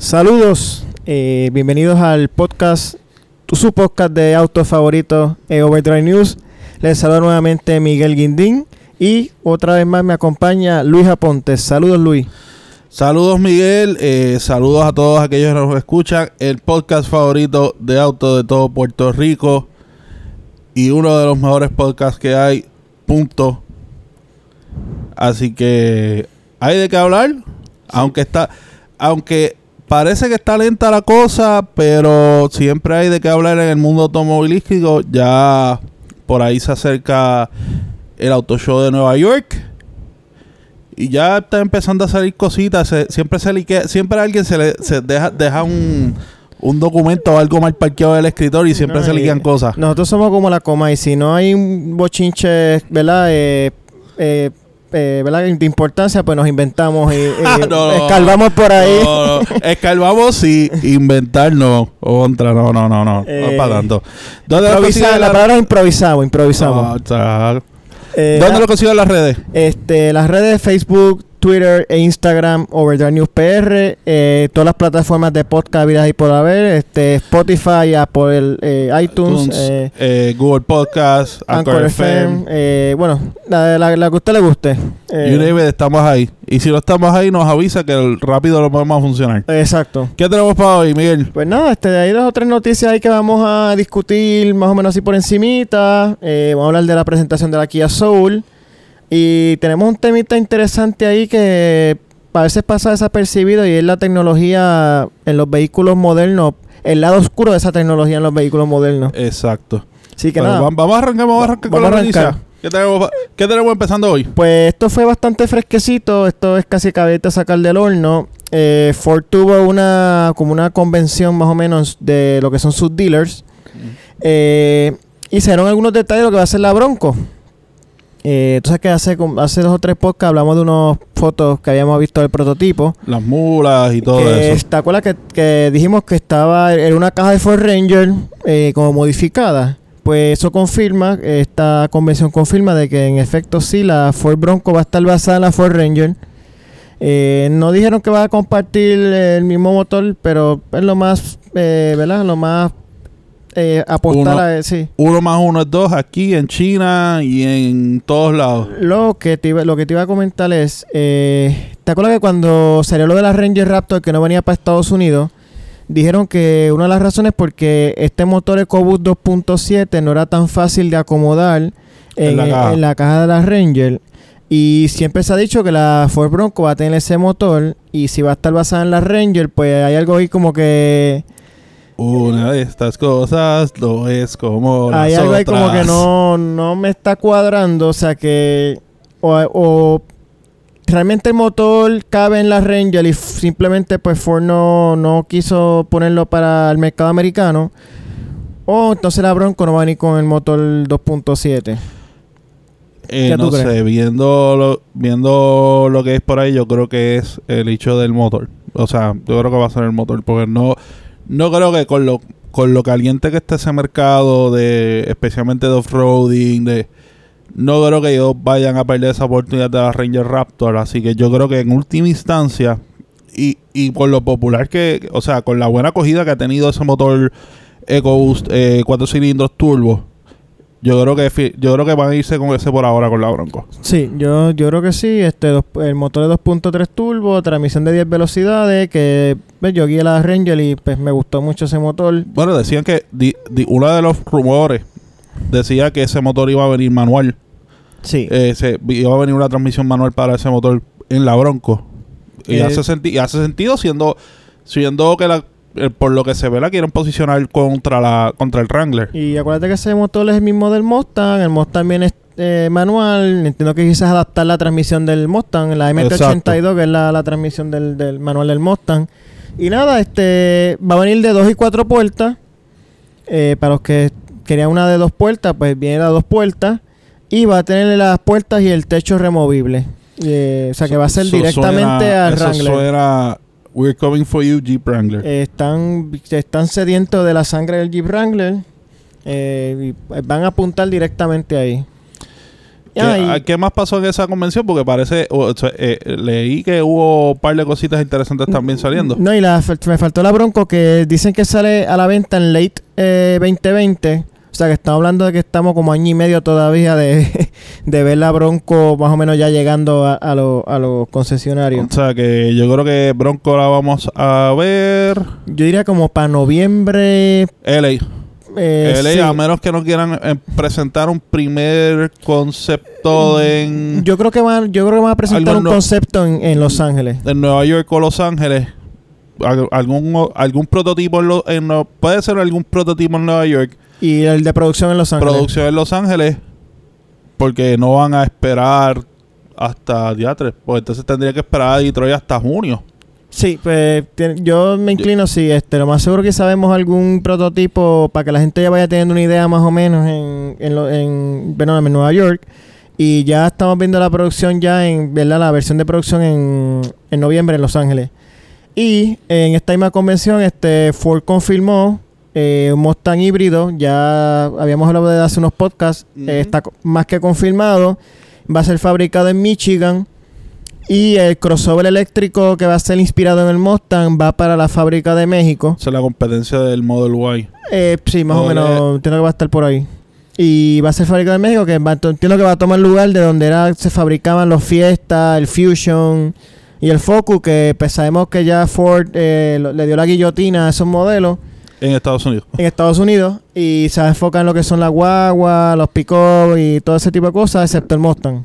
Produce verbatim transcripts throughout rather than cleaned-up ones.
Saludos, eh, bienvenidos al podcast, su podcast de autos favoritos, eh, Overdrive News. Les saludo nuevamente Miguel Guindín y otra vez más me acompaña Luis Apontes. Saludos, Luis. Saludos, Miguel. Eh, saludos a todos aquellos que nos escuchan. El podcast favorito de autos de todo Puerto Rico y uno de los mejores podcasts que hay. Punto. Así que hay de qué hablar. Sí. Aunque está, aunque parece que está lenta la cosa, pero siempre hay de qué hablar en el mundo automovilístico. Ya por ahí se acerca el Auto Show de Nueva York. Y ya está empezando a salir cositas. Se, siempre se liquea, siempre a alguien se le se deja, deja un, un documento o algo mal parqueado del escritorio y siempre no, se liquean cosas. Nosotros somos como la coma y si no hay un bochinche, ¿verdad? Eh, eh, eh, ¿verdad? De importancia, pues nos inventamos y, y no, escarbamos por ahí. No, no. Escarbamos y inventar no. Contra, no, no, no, no. Eh, no para tanto. La, la palabra es improvisamos, improvisamos. No, o sea, Eh, ¿Dónde lo consigo en las redes? Este, las redes Facebook, Twitter e Instagram, Overdrive News P R, eh, todas las plataformas de podcast vidas y por haber, este, Spotify, Apple, eh, iTunes, iTunes eh, eh, Google Podcast, Anchor, Anchor F M, eh, bueno, la, la, la que a usted le guste. Eh, you name it, estamos ahí. Y si no estamos ahí, nos avisa que el, rápido lo podemos funcionar. Exacto. ¿Qué tenemos para hoy, Miguel? Pues nada, este, hay dos o tres noticias ahí que vamos a discutir más o menos así por encimita. Eh, vamos a hablar de la presentación de la Kia Soul. Y tenemos un temita interesante ahí que a veces pasa desapercibido y es la tecnología en los vehículos modernos, el lado oscuro de esa tecnología en los vehículos modernos. Exacto. Sí, que Pero nada. Vamos a arrancar, vamos a arrancar vamos con la arrancar. noticia. ¿Qué tenemos, ¿Qué tenemos empezando hoy? Pues esto fue bastante fresquecito, esto es casi caballete a sacar del horno. Eh, Ford tuvo una como una convención más o menos de lo que son sus dealers. Mm. Eh, y se dieron algunos detalles de lo que va a ser la Bronco. Eh, tú sabes que hace, hace dos o tres podcasts hablamos de unas fotos que habíamos visto del prototipo. Las mulas y todo que eso. ¿Te acuerdas que, que dijimos que estaba en una caja de Ford Ranger eh, como modificada? Pues eso confirma, esta convención confirma de que en efecto sí, la Ford Bronco va a estar basada en la Ford Ranger. Eh, no dijeron que va a compartir el mismo motor, pero es lo más, eh, ¿verdad? Lo más eh, apostar uno, a sí. Uno más uno es dos aquí en China y en todos lados. Lo que te iba, lo que te iba a comentar es, eh, ¿te acuerdas que cuando salió lo de la Ranger Raptor que no venía para Estados Unidos? Dijeron que una de las razones porque este motor EcoBoost dos punto siete no era tan fácil de acomodar en, en, la, caja. en la caja de la Ranger. Y siempre se ha dicho que la Ford Bronco va a tener ese motor. Y si va a estar basada en la Ranger, pues hay algo ahí como que... Una de estas cosas no es como las Hay algo otras. ahí como que no, no me está cuadrando. O sea que... O... o realmente el motor cabe en la Ranger y f- simplemente pues Ford no, no quiso ponerlo para el mercado americano. O entonces la Bronco no va a venir con el motor dos punto siete. Eh, no sé, viendo lo, viendo lo que es por ahí, yo creo que es el hecho del motor. O sea, yo creo que va a ser el motor, porque no, no creo que con lo, con lo caliente que esté ese mercado, de especialmente de off-roading, de no creo que ellos vayan a perder esa oportunidad de la Ranger Raptor. Así que yo creo que en última instancia, y, y por lo popular que, o sea, con la buena acogida que ha tenido ese motor EcoBoost eh, cuatro cilindros turbo, yo creo que yo creo que van a irse con ese por ahora con la Bronco. Sí, yo yo creo que sí. Este dos, el motor de dos punto tres turbo, transmisión de diez velocidades, que pues, yo guié la Ranger y pues me gustó mucho ese motor. Bueno, decían que di, di, uno de los rumores decía que ese motor iba a venir manual. Sí. Eh, se, iba a venir una transmisión manual para ese motor en la Bronco. Y eh, hace, senti- y hace sentido siendo siendo que la eh, por lo que se ve la quieren posicionar contra la contra el Wrangler. Y acuérdate que ese motor es el mismo del Mustang. El Mustang viene eh, manual. Entiendo que quizás adaptar la transmisión del Mustang, la M T ochenta y dos, que es la, la transmisión del, del manual del Mustang. Y nada, este va a venir de dos y cuatro puertas. Eh, para los que querían una de dos puertas, pues viene la dos puertas. Y va a tener las puertas y el techo removible. Eh, o sea, que va a ser so, directamente suena, al eso Wrangler. Suena, we're coming for you, Jeep Wrangler. Eh, están, están sedientos de la sangre del Jeep Wrangler. Eh, y van a apuntar directamente ahí. ¿Qué, ah, y, ¿Qué más pasó en esa convención? Porque parece... O sea, eh, leí que hubo un par de cositas interesantes también saliendo. No, y la, me faltó la Bronco, que dicen que sale a la venta en late eh, veinte veinte. O sea, que estamos hablando de que estamos como año y medio todavía de, de ver la Bronco más o menos ya llegando a, a, lo, a los concesionarios. O sea, que yo creo que Bronco la vamos a ver... Yo diría como para noviembre... L A. Eh, L A, sí. A menos que no quieran eh, presentar un primer concepto en... Yo creo que van, yo creo que van a presentar un no, concepto en, en Los Ángeles. En Nueva York o Los Ángeles. Algún, algún prototipo en, lo, en no, puede ser algún prototipo en Nueva York. Y el de producción en Los Ángeles. Producción en Los Ángeles. Porque no van a esperar hasta diatres. Pues entonces tendría que esperar a Detroit hasta junio. Sí, pues yo me inclino, sí, este, lo más seguro que sabemos algún prototipo para que la gente ya vaya teniendo una idea más o menos en, en, lo, en, bueno, en Nueva York. Y ya estamos viendo la producción ya en, ¿verdad? La versión de producción en, en noviembre en Los Ángeles. Y en esta misma convención, este, Ford confirmó eh, un Mustang híbrido. Ya habíamos hablado de hace unos podcasts. Uh-huh. eh, está más que confirmado. Va a ser fabricado en Michigan. Y el crossover eléctrico que va a ser inspirado en el Mustang va para la fábrica de México. Esa es la competencia del Model Y. Eh, sí, más Model o menos. Entiendo que va a estar por ahí. Y va a ser fabricado en México, que va, entiendo que va a tomar lugar de donde era, se fabricaban los Fiesta, el Fusion y el Focus, que pues sabemos que ya Ford eh, lo, le dio la guillotina a esos modelos. En Estados Unidos. En Estados Unidos. Y se enfoca en lo que son las guaguas, los pick-up y todo ese tipo de cosas, excepto el Mustang.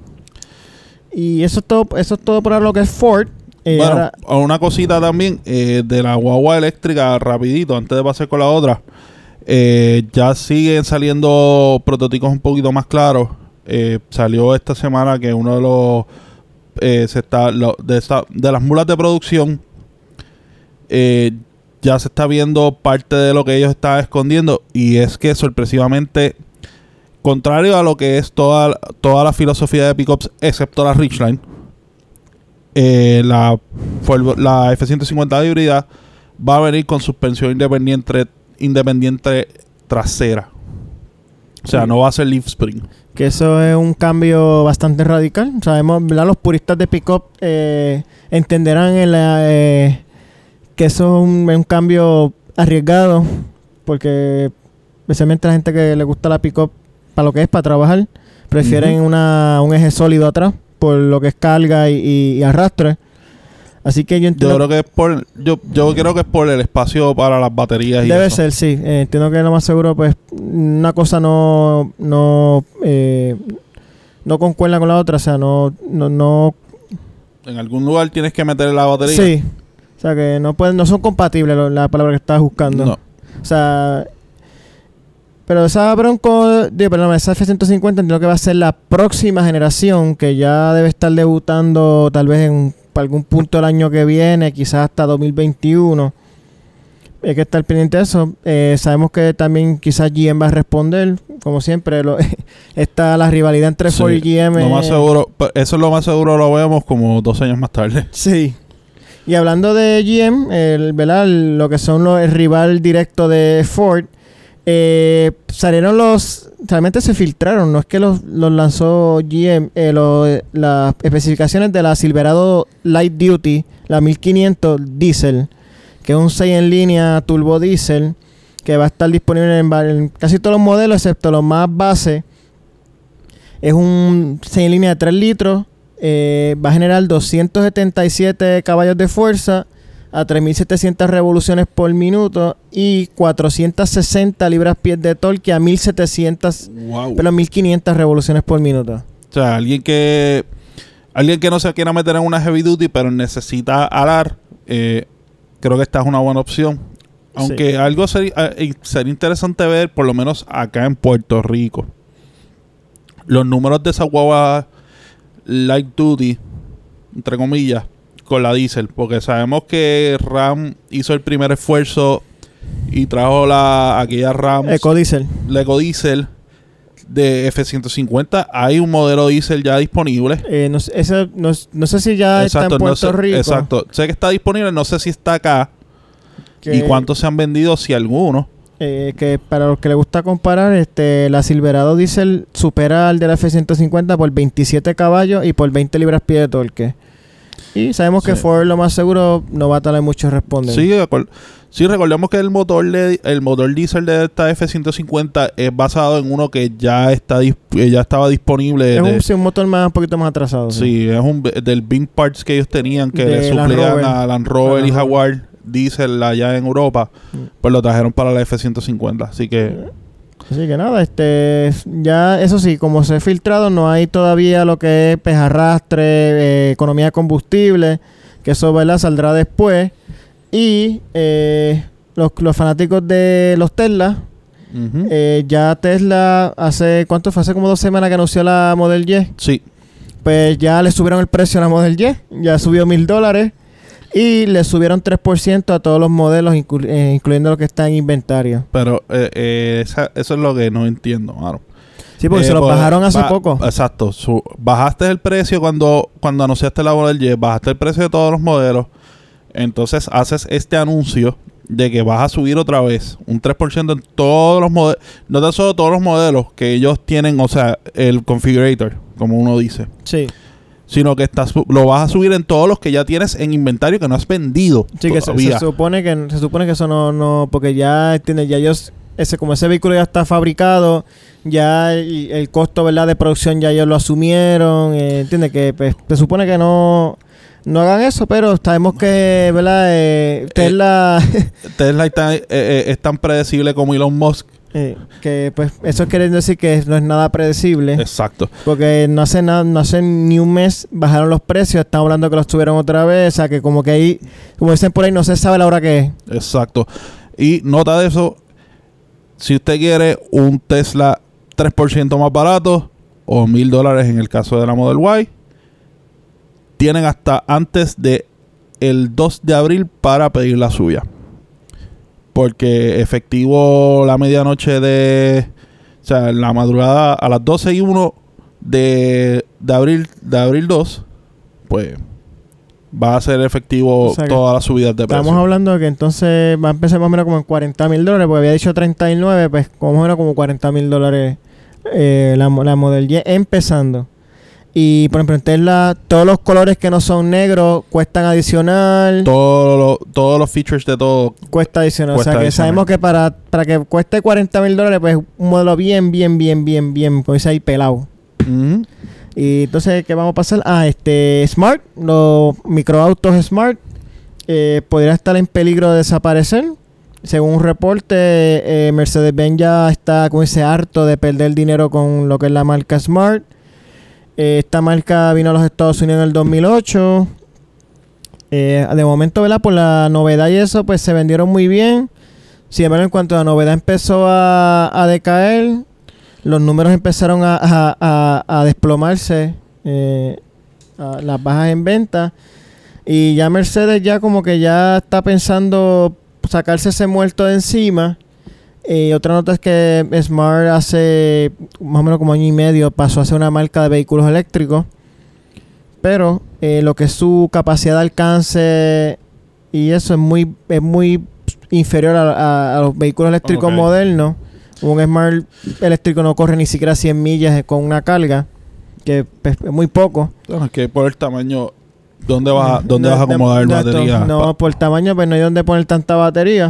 Y eso es todo, eso es todo por ahora lo que es Ford. Eh, bueno, ahora, una cosita también eh, de la guagua eléctrica, rapidito, antes de pasar con la otra. Eh, ya siguen saliendo prototipos un poquito más claros. Eh, salió esta semana que uno de los eh, se está lo, de, esta, de las mulas de producción eh, ya se está viendo parte de lo que ellos estaban escondiendo, y es que sorpresivamente, contrario a lo que es toda, toda la filosofía de pickups, excepto la Ridgeline, eh, la, la F ciento cincuenta híbrida va a venir con suspensión independiente, independiente trasera. O sea, sí. No va a ser leaf spring. Que eso es un cambio bastante radical. Sabemos, ¿verdad? Los puristas de pickup eh, entenderán en la, eh, que eso es un, un cambio arriesgado, porque especialmente la gente que le gusta la pickup para lo que es, para trabajar, prefieren uh-huh. una, un eje sólido atrás por lo que es carga y, y, y arrastre. Así que yo entiendo... Yo creo que es por... Yo, yo creo que es por el espacio para las baterías y Debe eso. ser, sí. Eh, entiendo que lo más seguro, pues, una cosa no... No, eh, no concuerda con la otra. O sea, no, no... no... En algún lugar tienes que meter la batería. Sí. O sea, que no pueden... No son compatibles lo, la palabra que estás buscando. No. O sea... Pero esa Bronco, digo, perdón, esa F ciento cincuenta entiendo que va a ser la próxima generación, que ya debe estar debutando tal vez en algún punto del año que viene, quizás hasta dos mil veintiuno. Hay que estar pendiente de eso. Eh, sabemos que también quizás G M va a responder, como siempre. Lo, está la rivalidad entre sí, Ford y G M. Lo más seguro, eso es lo más seguro, lo vemos como dos años más tarde. Sí. Y hablando de G M, el, ¿verdad? Lo que son los, el rival directo de Ford, Eh, salieron los... Realmente se filtraron, no es que los, los lanzó G M, eh, lo, las especificaciones de la Silverado Light Duty, la mil quinientos Diesel, que es un seis en línea turbo diesel, que va a estar disponible en, en casi todos los modelos, excepto los más base. Es un seis en línea de tres litros, eh, va a generar doscientos setenta y siete caballos de fuerza, a tres mil setecientas revoluciones por minuto y cuatrocientas sesenta libras-pies de torque a mil setecientas, wow. Pero mil quinientas revoluciones por minuto. O sea, alguien que alguien que no se quiera meter en una heavy duty pero necesita alar, eh, creo que esta es una buena opción. Aunque sí. algo sería, eh, sería interesante ver, por lo menos acá en Puerto Rico, los números de esa guagua light duty, entre comillas, con la diésel, porque sabemos que Ram hizo el primer esfuerzo y trajo la aquella Ram Ecodiesel. La Ecodiesel de F ciento cincuenta. Hay un modelo diésel ya disponible. Eh, no, ese, no, no sé si ya exacto, está en Puerto no sé, Rico. Exacto. Sé que está disponible, no sé si está acá. ¿Qué? Y cuántos se han vendido, si alguno. eh, que para los que les gusta comparar, este la Silverado Diesel supera al de la F ciento cincuenta por veintisiete caballos y por veinte libras-pie de torque. Y sabemos sí. que Ford, lo más seguro, no va a tener mucho responder. Sí, sí, recordemos que el motor de, el motor diésel de esta F ciento cincuenta es basado en uno que ya está ya estaba disponible. Es de, un, sí, un motor más un poquito más atrasado. Sí, sí. es un del Bing Parts que ellos tenían que de le suplían a Land Rover y Jaguar diésel allá en Europa. Mm. Pues lo trajeron para la F ciento cincuenta. Así que... Así que nada, este ya eso sí, como se ha filtrado, no hay todavía lo que es pejarrastre, eh, economía de combustible, que eso, ¿verdad?, saldrá después. Y eh, los, los fanáticos de los Tesla, uh-huh. eh, ya Tesla hace, ¿cuánto fue? Hace como dos semanas que anunció la Model Y. Sí. Pues ya le subieron el precio a la Model Y, ya subió mil dólares. Y le subieron tres por ciento a todos los modelos, inclu- eh, incluyendo lo que está en inventario. Pero eh, eh, esa, eso es lo que no entiendo, mano. Sí, porque eh, se lo bajaron hace ba- poco. Exacto. Su, bajaste el precio cuando, cuando anunciaste la Model Y, bajaste el precio de todos los modelos. Entonces haces este anuncio de que vas a subir otra vez un tres por ciento en todos los modelos. No tan solo todos los modelos que ellos tienen, o sea, el configurator, como uno dice. Sí. Sino que estás, lo vas a subir en todos los que ya tienes en inventario que no has vendido. Sí, que se, se supone que se supone que eso no, no porque ya tiene, ya ellos, ese, como ese vehículo ya está fabricado, ya el, el costo, ¿verdad?, de producción ya ellos lo asumieron, eh, entiende que pues, se supone que no no hagan eso, pero sabemos que, ¿verdad?, eh, Tesla eh, Tesla está, eh, eh, es tan predecible como Elon Musk. Eh, que pues eso quiere decir que no es nada predecible. Exacto. Porque no hace nada, no hace ni un mes bajaron los precios, estamos hablando que los subieron otra vez, o sea que como que ahí, como dicen por ahí, no se sabe la hora que es. Exacto. Y nota de eso, si usted quiere un Tesla tres por ciento más barato o mil dólares en el caso de la Model Y, tienen hasta antes de el dos de abril para pedir la suya. Porque efectivo la medianoche de... O sea, la madrugada a las doce y uno de, de abril de abril dos, pues va a ser efectivo, o sea, todas las subidas de precio. Estamos hablando de que entonces va a empezar más o menos como en cuarenta mil dólares, porque había dicho treinta y nueve, pues como era como cuarenta mil dólares eh, la, la Model Y empezando. Y por ejemplo en Tesla, todos los colores que no son negros cuestan adicional. Todo lo, todos los features de todo cuesta adicional. Cuesta o sea que adicional. sabemos que para, para que cueste cuarenta mil dólares, pues un modelo bien, bien, bien, bien, bien, pues ahí pelado. Uh-huh. Y entonces, ¿qué vamos a pasar? Ah, este Smart, los microautos Smart, eh, podría estar en peligro de desaparecer. Según un reporte, eh, Mercedes-Benz ya está, como dice, harto de perder dinero con lo que es la marca Smart. Eh, esta marca vino a los Estados Unidos en el dos mil ocho. Eh, de momento, ¿verdad? Por la novedad y eso, pues se vendieron muy bien. Sin embargo, en cuanto la novedad empezó a, a decaer, los números empezaron a, a, a, a desplomarse, eh, a las bajas en venta. Y ya Mercedes ya como que ya está pensando sacarse ese muerto de encima. Y otra nota es que Smart hace más o menos como año y medio pasó a ser una marca de vehículos eléctricos. Pero eh, lo que es su capacidad de alcance y eso es muy es muy inferior a, a, a los vehículos eléctricos okay. modernos. Un Smart eléctrico no corre ni siquiera cien millas con una carga, que es muy poco. No, es que por el tamaño, ¿dónde vas, ¿dónde no, vas a acomodar la batería? No, por el tamaño, pues no hay dónde poner tanta batería.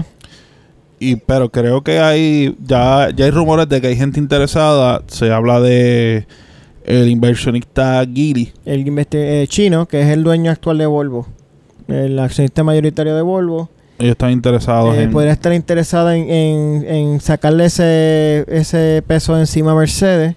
Y pero creo que hay ya ya hay rumores de que hay gente interesada. Se habla de el inversionista Geely, el investi- eh, chino, que es el dueño actual de Volvo, el accionista mayoritario de Volvo. Ellos están interesados eh, en... Podría estar interesada en, en, en sacarle ese, ese peso encima a Mercedes.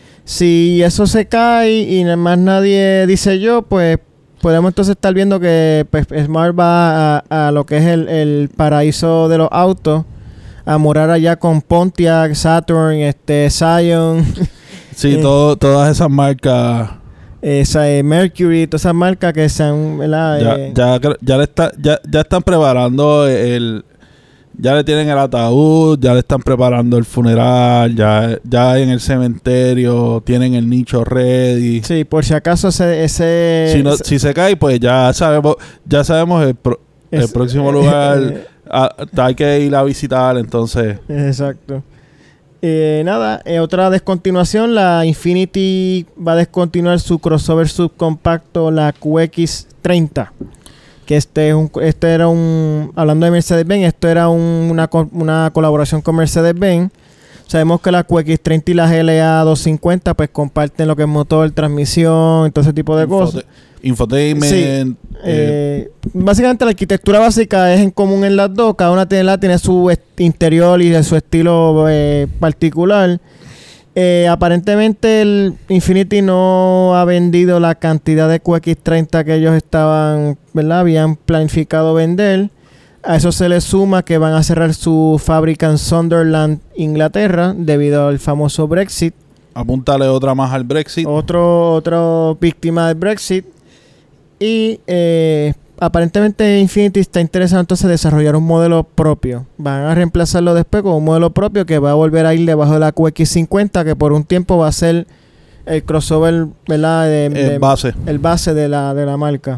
Si eso se cae y más nadie dice yo, pues podemos entonces estar viendo que pues, Smart va a, a lo que es el, el paraíso de los autos, a morar allá con Pontiac, Saturn, este, Scion. Sí, eh, todo, todas esas marcas... Esa, eh, Mercury, todas esas marcas que sean, ¿verdad? Ya, eh, ya, ya, le está, ya, ya están preparando el... Ya le tienen el ataúd, ya le están preparando el funeral, ya, ya en el cementerio tienen el nicho ready. Sí, por si acaso ese... ese si, no, ese, si se cae, pues ya sabemos ya sabemos el, pro, el próximo lugar a, hay que ir a visitar, entonces. Exacto. Eh, nada, eh, otra descontinuación, la Infiniti va a descontinuar su crossover subcompacto, la Q X treinta. Que este es un, este era un, hablando de Mercedes-Benz, esto era un, una, una colaboración con Mercedes-Benz. Sabemos que la Q X treinta y la G L A doscientos cincuenta pues comparten lo que es motor, transmisión, todo ese tipo de Infote- cosas. Infotainment. Sí. Eh, Eh, básicamente la arquitectura básica es en común en las dos. Cada una tiene, la, tiene su est- interior y de su estilo eh, particular. Eh, aparentemente el Infiniti no ha vendido la cantidad de Q X treinta que ellos estaban, ¿verdad? Habían planificado vender. A eso se le suma que van a cerrar su fábrica en Sunderland, Inglaterra, debido al famoso Brexit. Apúntale otra más al Brexit. Otro, otro víctima del Brexit. Y eh, aparentemente Infiniti está interesado entonces en desarrollar un modelo propio. Van a reemplazarlo después con un modelo propio que va a volver a ir debajo de la Q X cincuenta, que por un tiempo va a ser el crossover, ¿verdad? De, El de- base. El base de la, de la marca.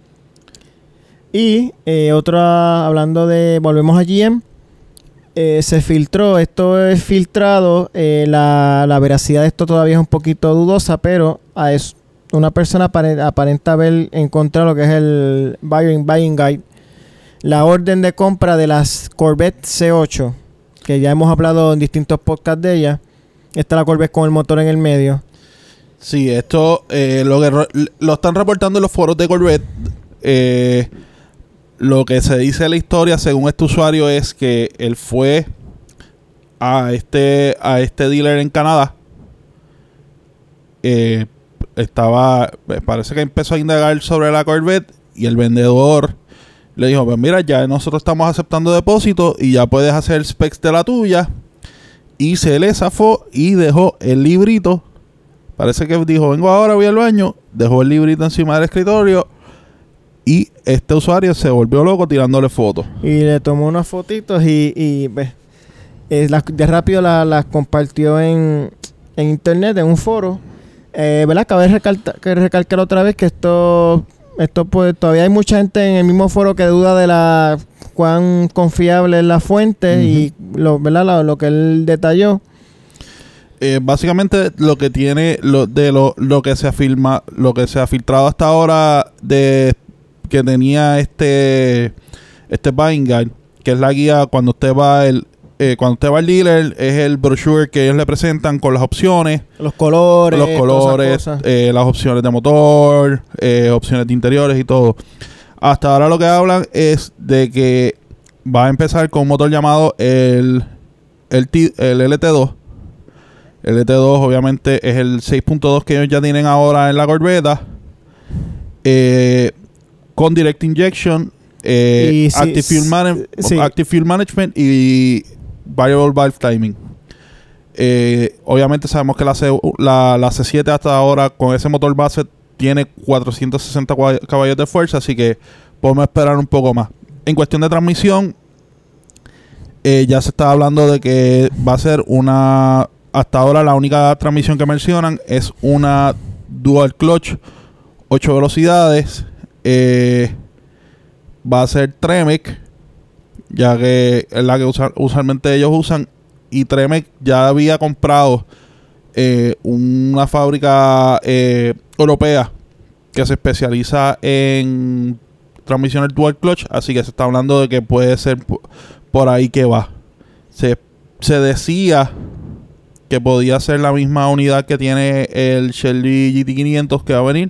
Y eh, otra, hablando de, volvemos a G M, eh, se filtró, esto es filtrado, eh, la, la veracidad de esto todavía es un poquito dudosa, pero a es, una persona apare- aparenta haber encontrado lo que es el buying, buying guide, la orden de compra de las Corvette C ocho, que ya hemos hablado en distintos podcasts de ella. Esta es la Corvette con el motor en el medio. Sí, esto eh, lo que ro- lo están reportando en los foros de Corvette. Eh, lo que se dice en la historia, según este usuario, es que él fue a este a este dealer en Canadá. Eh, estaba, parece que empezó a indagar sobre la Corvette y el vendedor le dijo: pues mira, ya nosotros estamos aceptando depósitos y ya puedes hacer specs de la tuya. Y se le zafó y dejó el librito. Parece que dijo: vengo ahora, voy al baño. Dejó el librito encima del escritorio. Y este usuario se volvió loco tirándole fotos. Y le tomó unas fotitos y, y pues, eh, las- de rápido las las compartió en, en internet, en un foro. Eh, ¿Verdad? Cabe recalta- que recalcar otra vez que esto, esto pues, todavía hay mucha gente en el mismo foro que duda de la cuán confiable es la fuente. Ujú. Y lo, ¿verdad? Lo, lo que él detalló. Eh, básicamente lo que tiene, lo, de lo, lo que se afirma, lo que se ha filtrado hasta ahora de que tenía este este buying guide, que es la guía cuando usted va el eh, cuando usted va al dealer, es el brochure que ellos le presentan con las opciones, Los colores. los todas colores, esas cosas. eh, las opciones de motor, eh, opciones de interiores y todo. Hasta ahora lo que hablan es de que va a empezar con un motor llamado el el, T- el L T dos. El L T dos obviamente es el seis punto dos que ellos ya tienen ahora en la Corvette. Eh, con Direct Injection, eh, Y sí, Active, Fuel Man- sí. Active Fuel Management y Variable Valve Timing. Eh, obviamente sabemos que la, C, la, la C siete hasta ahora con ese motor base tiene cuatrocientos sesenta caballos de fuerza, así que podemos esperar un poco más. En cuestión de transmisión, eh, ya se está hablando de que va a ser una... Hasta ahora la única transmisión que mencionan es una Dual Clutch, ocho velocidades. Eh, va a ser Tremec, ya que es la que usa- usualmente ellos usan. Y Tremec ya había comprado eh, una fábrica eh, europea que se especializa en transmisiones Dual Clutch, así que se está hablando de que puede ser p- por ahí que va. Se, se decía que podía ser la misma unidad que tiene el Shelby G T quinientos que va a venir.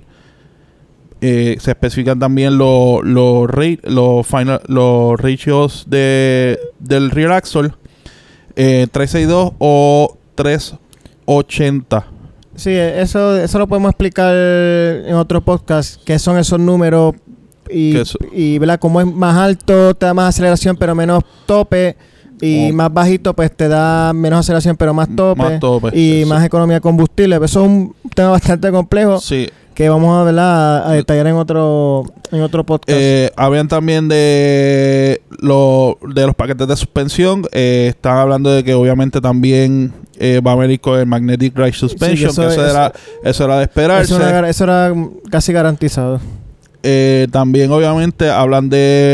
Eh, se especifican también los los ra- los final los ratios de del rear axle, eh, trescientos sesenta y dos o trescientos ochenta. Sí, eso, eso lo podemos explicar en otro podcast, qué son esos números y, Que eso- y ¿verdad? Como es más alto te da más aceleración pero menos tope y Oh. más bajito pues te da menos aceleración pero más tope, Más tope, y eso. más economía de combustible. Eso es un tema bastante complejo Sí. que vamos a, ¿verdad? a detallar en otro en otro podcast. Eh, habían también de, lo, de los paquetes de suspensión. Eh, están hablando de que obviamente también eh, va a venir con el Magnetic Ride Suspension. eso que eso, es- era, eso era de esperarse. eso, era, gar- eso era casi garantizado. Eh, también obviamente hablan de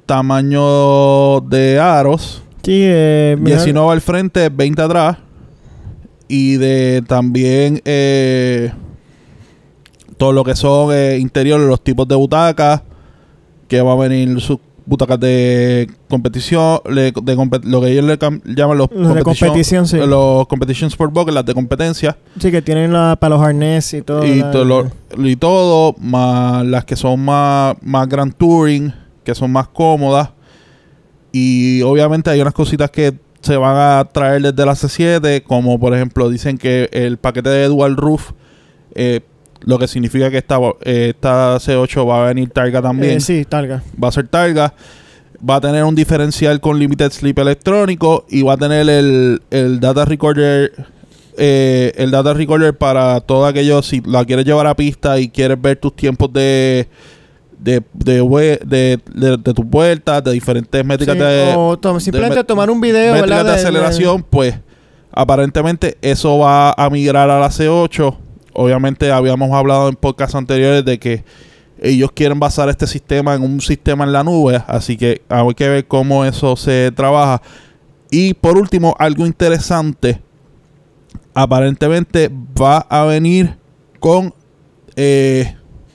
tamaño de aros. Sí, eh, diecinueve al frente, veinte atrás. Y de también eh, todo lo que son eh, interiores, los tipos de butacas, que va a venir sus butacas de competición, de, de compet lo que ellos le llaman los, los de competición, sí. Los competition sport buckets, las de competencia. Sí, que tienen la, para los harness y todo. Y, to lo, y todo, más las que son más, más Grand Touring, que son más cómodas. Y obviamente hay unas cositas que se van a traer desde la C siete, como por ejemplo dicen que el paquete de Dual Roof, eh, lo que significa que esta, eh, esta C ocho va a venir Targa también. Eh, sí, Targa. Va a ser Targa. Va a tener un diferencial con Limited Slip electrónico y va a tener el, el Data Recorder, eh, el Data Recorder para todo aquello, si la quieres llevar a pista y quieres ver tus tiempos de de de, de, de, de, de tus vueltas, de diferentes métricas sí, de... O to simplemente de, tomar un video, métricas ¿verdad? de aceleración, de, pues aparentemente eso va a migrar a la C ocho. Obviamente habíamos hablado en podcasts anteriores de que ellos quieren basar este sistema en un sistema en la nube, así que hay que ver cómo eso se trabaja. Y por último, algo interesante, aparentemente va a venir con eh,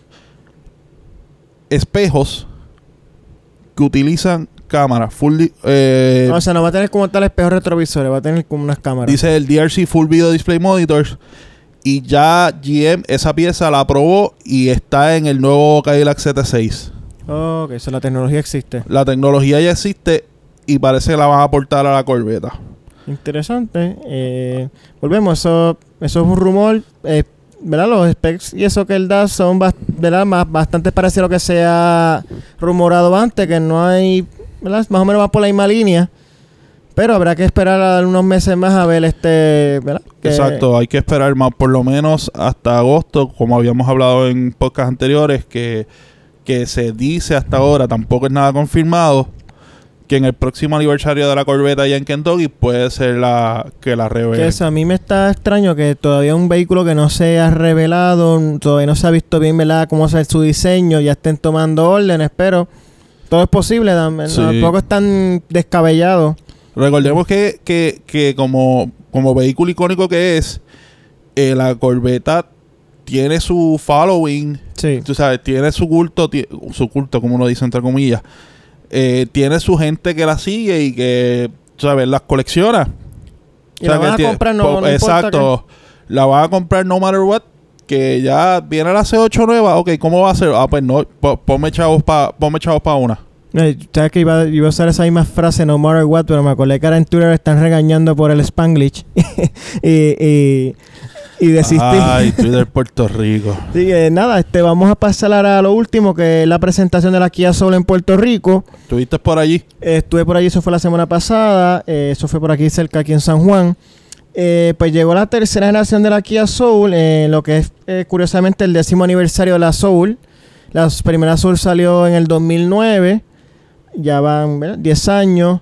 espejos que utilizan cámaras full eh, no, o sea, no va a tener como tal espejos retrovisores, va a tener como unas cámaras. Dice el D R C Full Video Display Monitors. Y ya G M esa pieza la aprobó y está en el nuevo Cadillac C T seis. Oh, ok, eso, la tecnología existe. La tecnología ya existe y parece que la van a aportar a la Corvetta. Interesante. Eh, volvemos, eso, eso es un rumor. Eh, ¿verdad? Los specs y eso que él da son ¿verdad? Más, bastante parecidos a lo que se ha rumorado antes, que no hay, ¿verdad? Más o menos va por la misma línea. Pero habrá que esperar unos meses más a ver este, ¿verdad? Que exacto, hay que esperar más por lo menos hasta agosto, como habíamos hablado en podcasts anteriores, que, que se dice hasta ahora, tampoco es nada confirmado, que en el próximo aniversario de la Corvette allá en Kentucky puede ser la que la revele. Que eso, a mí me está extraño que todavía un vehículo que no se ha revelado, todavía no se ha visto bien, ¿verdad? Cómo es su diseño, ya estén tomando órdenes, pero todo es posible, sí. Tampoco es tan descabellado. Recordemos que, que, que como, como vehículo icónico que es, eh, la Corvette tiene su following, sí. Tú sabes, tiene su culto, su culto, como uno dice entre comillas, eh, tiene su gente que la sigue y que, tú sabes, las colecciona. Y o sea, la van a comprar, no, no exacto, que... la van a comprar no matter what, que ya viene la C ocho nueva, ok, ¿cómo va a ser? Ah, pues no, ponme chavos para ponme chavos pa una. Sabes que iba, iba a usar esa misma frase, no matter what, pero me acordé que ahora en Twitter están regañando por el Spanglish. y, y, y desistí. Ay, Twitter Puerto Rico. Sí, eh, nada, este, vamos a pasar ahora a lo último, que es la presentación de la Kia Soul en Puerto Rico. ¿Estuviste por allí? Eh, estuve por allí, eso fue la semana pasada. Eh, eso fue por aquí cerca, aquí en San Juan. Eh, pues llegó la tercera generación de la Kia Soul, eh, lo que es eh, curiosamente el décimo aniversario de la Soul. La primera Soul salió en el dos mil nueve. Ya van ¿verdad? diez años.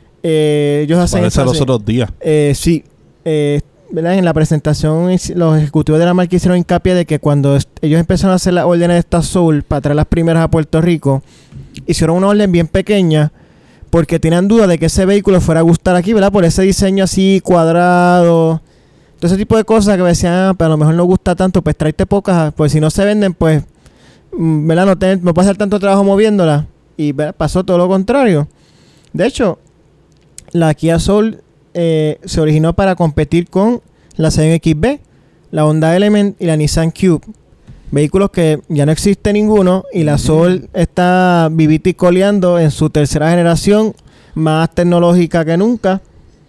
Eh, ellos hacen Parece los otros días. Eh, sí. Eh, ¿verdad? En la presentación, los ejecutivos de la marca hicieron hincapié de que cuando ellos empezaron a hacer las órdenes de esta Soul para traer las primeras a Puerto Rico, hicieron una orden bien pequeña porque tenían duda de que ese vehículo fuera a gustar aquí, ¿verdad? Por ese diseño así cuadrado. Todo ese tipo de cosas que me decían, ah, pero a lo mejor no gusta tanto, pues tráete pocas, pues si no se venden, pues, ¿verdad? No, te, no puede hacer tanto trabajo moviéndola. Y ¿verdad? Pasó todo lo contrario. De hecho, la Kia Soul eh, se originó para competir con la Scion X B, la Honda Element y la Nissan Cube. Vehículos que ya no existe ninguno y la Soul está vivita y coleando en su tercera generación, más tecnológica que nunca.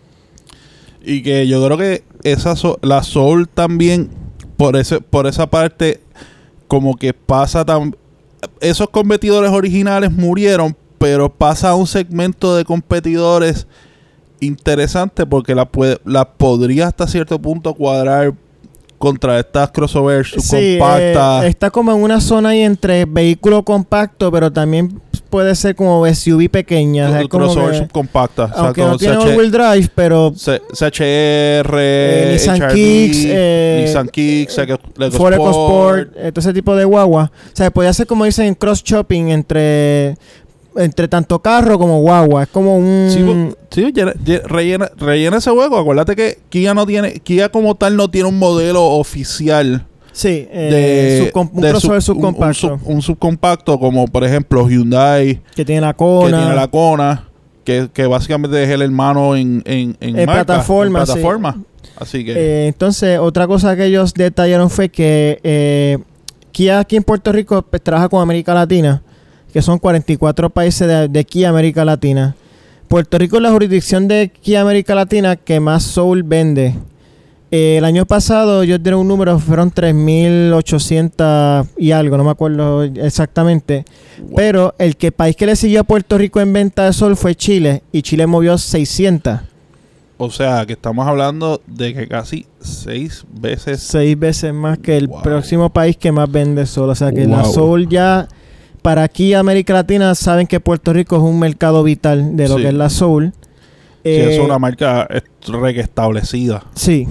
Y que yo creo que esa so la Soul también, por ese por esa parte, como que pasa tan... Esos competidores originales murieron, pero pasa a un segmento de competidores interesante porque la, puede, la podría hasta cierto punto cuadrar contra estas crossovers sí, compactas. Eh, está como en una zona ahí entre vehículo compacto, pero también puede ser como S U V pequeña. O sea, crossover subcompacta. Aunque o sea, no tiene C H, all-wheel drive, pero... C H R, eh, Nissan H R V, Kicks, eh, Nissan Kicks, Ford EcoSport, eh, todo ese tipo de guagua. O sea, podría ser como dicen cross-shopping entre entre tanto carro como guagua. Es como un... Sí, sí llena, rellena, rellena ese hueco. Acuérdate que Kia no tiene... Kia como tal no tiene un modelo oficial. Sí, eh, de, subcom- un de crossover sub, subcompacto. Un, un, sub, un subcompacto como por ejemplo Hyundai. Que tiene la Kona. Que tiene la Kona. Que, que básicamente es el hermano en, en, en, en marca, plataforma. en plataforma. Sí. Así que... Eh, entonces, otra cosa que ellos detallaron fue que eh, Kia aquí en Puerto Rico pues, trabaja con América Latina, que son cuarenta y cuatro países de, de Kia América Latina. Puerto Rico es la jurisdicción de Kia América Latina que más Soul vende. Eh, el año pasado ellos dieron un número, fueron tres mil ochocientos y algo, no me acuerdo exactamente. Wow. Pero el que país que le siguió a Puerto Rico en venta de Soul fue Chile, y Chile movió seiscientos. O sea, que estamos hablando de que casi seis veces... Seis veces más que el wow. próximo país que más vende Soul. O sea, que wow. la Soul ya... Para aquí, América Latina, saben que Puerto Rico es un mercado vital de lo sí. que es la Soul. Sí, eh, es una marca re establecida. Sí.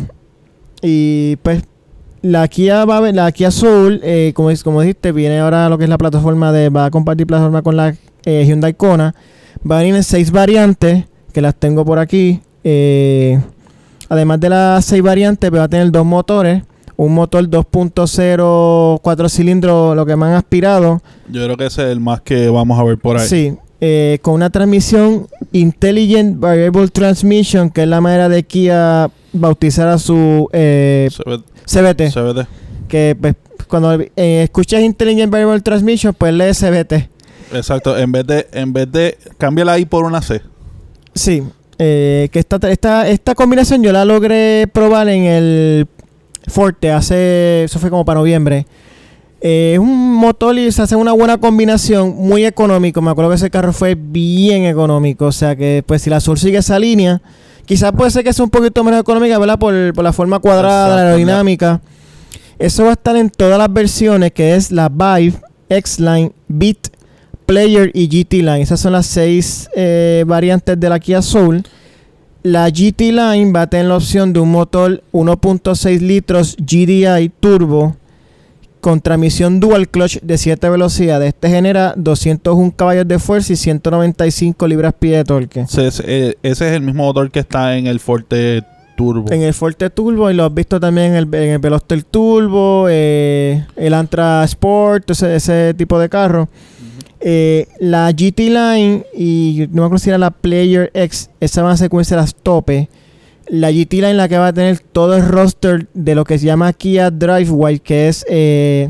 Y pues la Kia va a ver, la Kia Soul, eh, como, como dijiste, viene ahora lo que es la plataforma de, va a compartir plataforma con la eh, Hyundai Kona. Va a venir en seis variantes, que las tengo por aquí. Eh, además de las seis variantes, va a tener dos motores. Un motor dos punto cero, cuatro cilindros, lo que me han aspirado. Yo creo que ese es el más que vamos a ver por ahí. Sí, eh, con una transmisión Intelligent Variable Transmission, que es la manera de Kia bautizar a su eh, C V T. C V T. Que pues, cuando eh, escuchas Intelligent Variable Transmission, pues lee C V T. Exacto, en vez de, en vez de, cámbiala ahí por una C. Sí, eh, que esta, esta, esta combinación yo la logré probar en el Forte hace, eso fue como para noviembre. Es eh, un motor y se hace una buena combinación, muy económico. Me acuerdo que ese carro fue bien económico. O sea que pues si la Soul sigue esa línea, quizás puede ser que sea un poquito menos económica, ¿verdad? Por, por la forma cuadrada, la aerodinámica. Eso va a estar en todas las versiones, que es la Vibe, X-Line, Beat, Player y G T Line. Esas son las seis eh, variantes de la Kia Soul. La G T Line va a tener la opción de un motor uno punto seis litros G D I turbo con transmisión dual clutch de siete velocidades. Este genera doscientos uno caballos de fuerza y ciento noventa y cinco libras-pie de torque. Ese es, ese es el mismo motor que está en el Forte Turbo. En el Forte Turbo, y lo has visto también en el, en el Veloster Turbo, eh, el Antra Sport, ese, ese tipo de carro. Eh, la G T Line y no me acuerdo si era la Player X, esa van a secuencia las tope. La G T Line la que va a tener todo el roster de lo que se llama Kia Driveway, que es eh,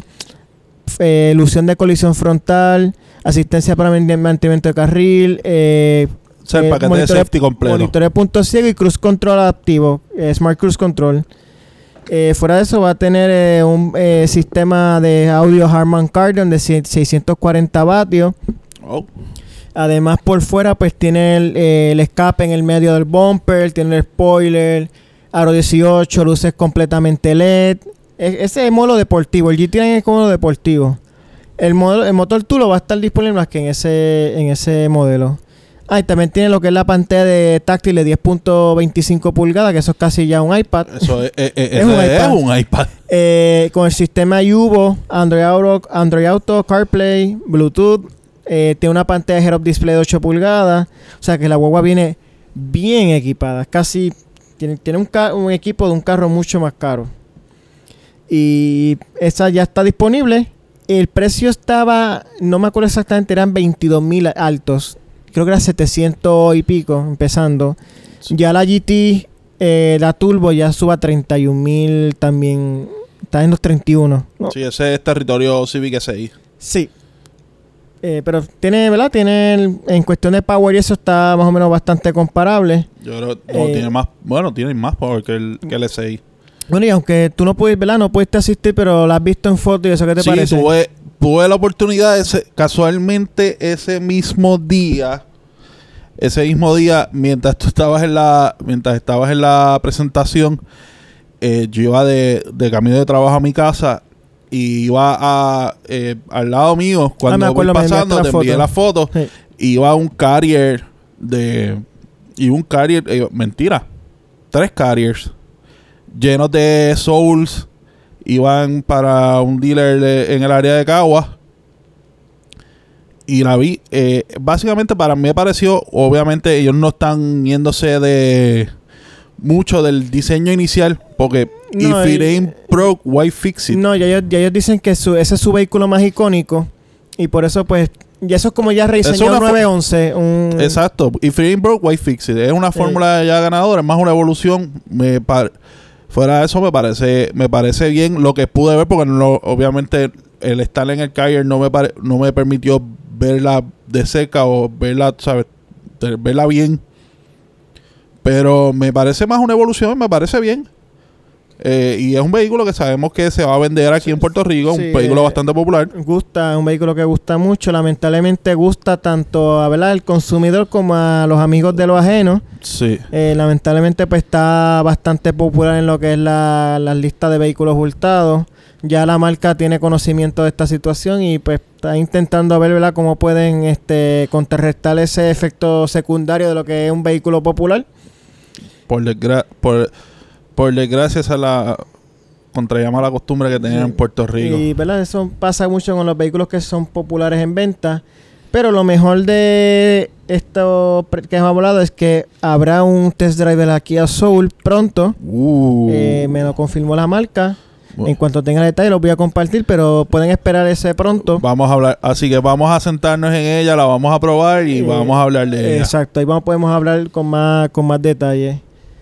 eh, ilusión de colisión frontal, asistencia para mantenimiento de carril, eh, o sea, el paquete monitoreo, de safety completo, monitoreo de punto ciego y cruise control adaptivo, eh, Smart Cruise Control. Eh, fuera de eso va a tener eh, un eh, sistema de audio Harman Kardon de seiscientos cuarenta vatios. Oh. Además por fuera pues tiene el, eh, el escape en el medio del bumper, tiene el spoiler, aro dieciocho, luces completamente L E D. Es, ese es modo deportivo, el G T Line es como deportivo. El, modo, el motor Tulo va a estar disponible más que en ese, en ese modelo. Ah, y también tiene lo que es la pantalla de táctil de diez punto veinticinco pulgadas, que eso es casi ya un iPad. Eso es, es, es, es, un, es iPad. un iPad. Eh, con el sistema Yubo, Android Auto, Android Auto, CarPlay, Bluetooth. Eh, tiene una pantalla de Head-Up Display de ocho pulgadas. O sea que la guagua viene bien equipada. Casi tiene, tiene un, ca- un equipo de un carro mucho más caro. Y esa ya está disponible. El precio estaba, no me acuerdo exactamente, eran veintidós mil altos. Creo que era setecientos y pico empezando. Sí. Ya la G T, eh, la Turbo ya sube a treinta y un mil también. Está en los treinta y uno, ¿no? Sí, ese es territorio Civic S I. Sí. Eh, pero tiene, ¿verdad? Tiene, el, en cuestión de power y eso está más o menos bastante comparable. Yo creo que no, eh, tiene más, bueno, tiene más power que el, que el S I. Bueno, y aunque tú no pudiste, ¿verdad? No pudiste asistir, pero la has visto en foto y eso, ¿qué te sí, parece? Sí, tuve, tuve la oportunidad, ese, casualmente ese mismo día, ese mismo día, mientras tú estabas en la, mientras estabas en la presentación, eh, yo iba de, de camino de trabajo a mi casa y iba a, eh, al lado mío, cuando ah, voy pasando, te envié la foto, sí. Iba un Carrier de, y un Carrier, eh, mentira, tres Carriers llenos de Souls, iban para un dealer de, en el área de Caguas, y la vi. Eh, básicamente para mí me pareció, obviamente ellos no están yéndose de mucho del diseño inicial, porque no, if it ain't broke, why fix it? No, ya ellos, ya ellos dicen que su, ese es su vehículo más icónico y por eso pues, y eso es como ya rediseñó nueve once. Un... Exacto, if it ain't broke, why fix it? Es una fórmula eh. ya ganadora, es más una evolución. Me par Fuera de eso me parece me parece bien lo que pude ver, porque no, obviamente el estar en el Kyber no me pare, no me permitió verla de cerca o verla, ¿sabes? Verla bien. Pero me parece más una evolución, me parece bien. Eh, y es un vehículo que sabemos que se va a vender aquí en Puerto Rico, sí, un vehículo eh, bastante popular. Gusta, es un vehículo que gusta mucho. Lamentablemente gusta tanto a ¿verdad? al consumidor como a los amigos de lo ajeno. Sí. Eh, lamentablemente pues está bastante popular en lo que es la, la lista de vehículos hurtados. Ya la marca tiene conocimiento de esta situación y pues está intentando ver ¿verdad? cómo pueden este contrarrestar ese efecto secundario de lo que es un vehículo popular. Por desgracia... Por Por desgracia, esa es la contrallama la costumbre que tenían sí. en Puerto Rico. Y ¿verdad? Eso pasa mucho con los vehículos que son populares en venta. Pero lo mejor de esto que hemos hablado es que habrá un test drive de la Kia Soul pronto. Uh. Eh, me lo confirmó la marca. Bueno. En cuanto tenga detalles los voy a compartir, pero pueden esperar ese pronto. Vamos a hablar, así que vamos a sentarnos en ella, la vamos a probar y eh, vamos a hablar de ella. Exacto, ahí vamos, podemos hablar con más, con más detalles.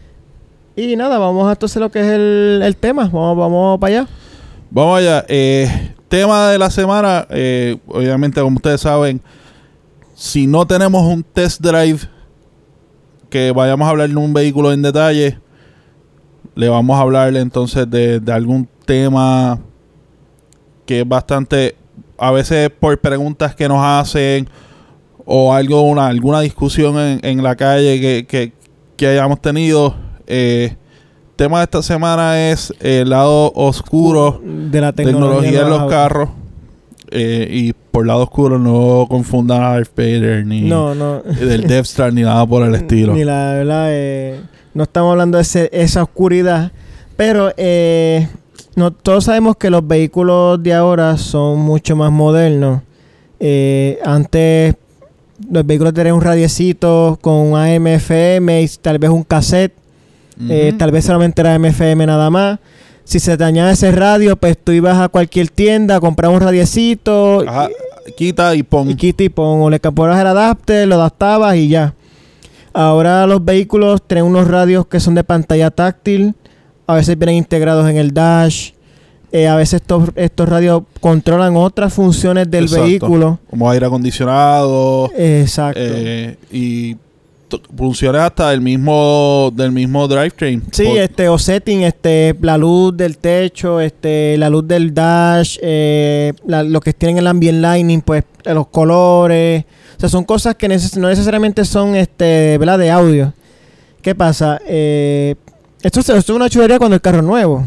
Y nada, vamos a entonces lo que es el, el tema. Vamos, vamos para allá. Vamos allá. Eh, tema de la semana. Eh, obviamente, como ustedes saben, si no tenemos un test drive que vayamos a hablar de un vehículo en detalle, le vamos a hablar entonces de, de algún tema que es bastante, a veces por preguntas que nos hacen o algo, una, alguna discusión en, en la calle que, que, que hayamos tenido. Eh, tema de esta semana es el lado oscuro de la tecnología, tecnología de los carros. Eh, y por lado oscuro no confundan a Darth Vader ni no, no. del Death Star ni nada por el estilo. Ni la verdad, eh, no estamos hablando de ese, esa oscuridad, pero eh, no, todos sabemos que los vehículos de ahora son mucho más modernos. Eh, antes los vehículos tenían un radiecito con A M F M y tal vez un cassette. Uh-huh. Eh, tal vez solamente era M F M nada más. Si se te dañaba ese radio, pues tú ibas a cualquier tienda, comprabas un radiecito. Ajá, y, quita y pon. Y quita y pon. O le cambiabas el adapter, lo adaptabas y ya. Ahora los vehículos tienen unos radios que son de pantalla táctil. A veces vienen integrados en el dash. Eh, a veces estos, estos radios controlan otras funciones del Exacto. vehículo. Como aire acondicionado. Exacto. Eh, y... funciones hasta del mismo del mismo drivetrain. Sí, Por... este o setting, este la luz del techo, este la luz del dash, eh, la, lo que tienen el ambient lighting, pues los colores, o sea, son cosas que neces no necesariamente son este, ¿verdad? De audio. ¿Qué pasa? Eh, esto, esto es una chulería cuando el carro es nuevo.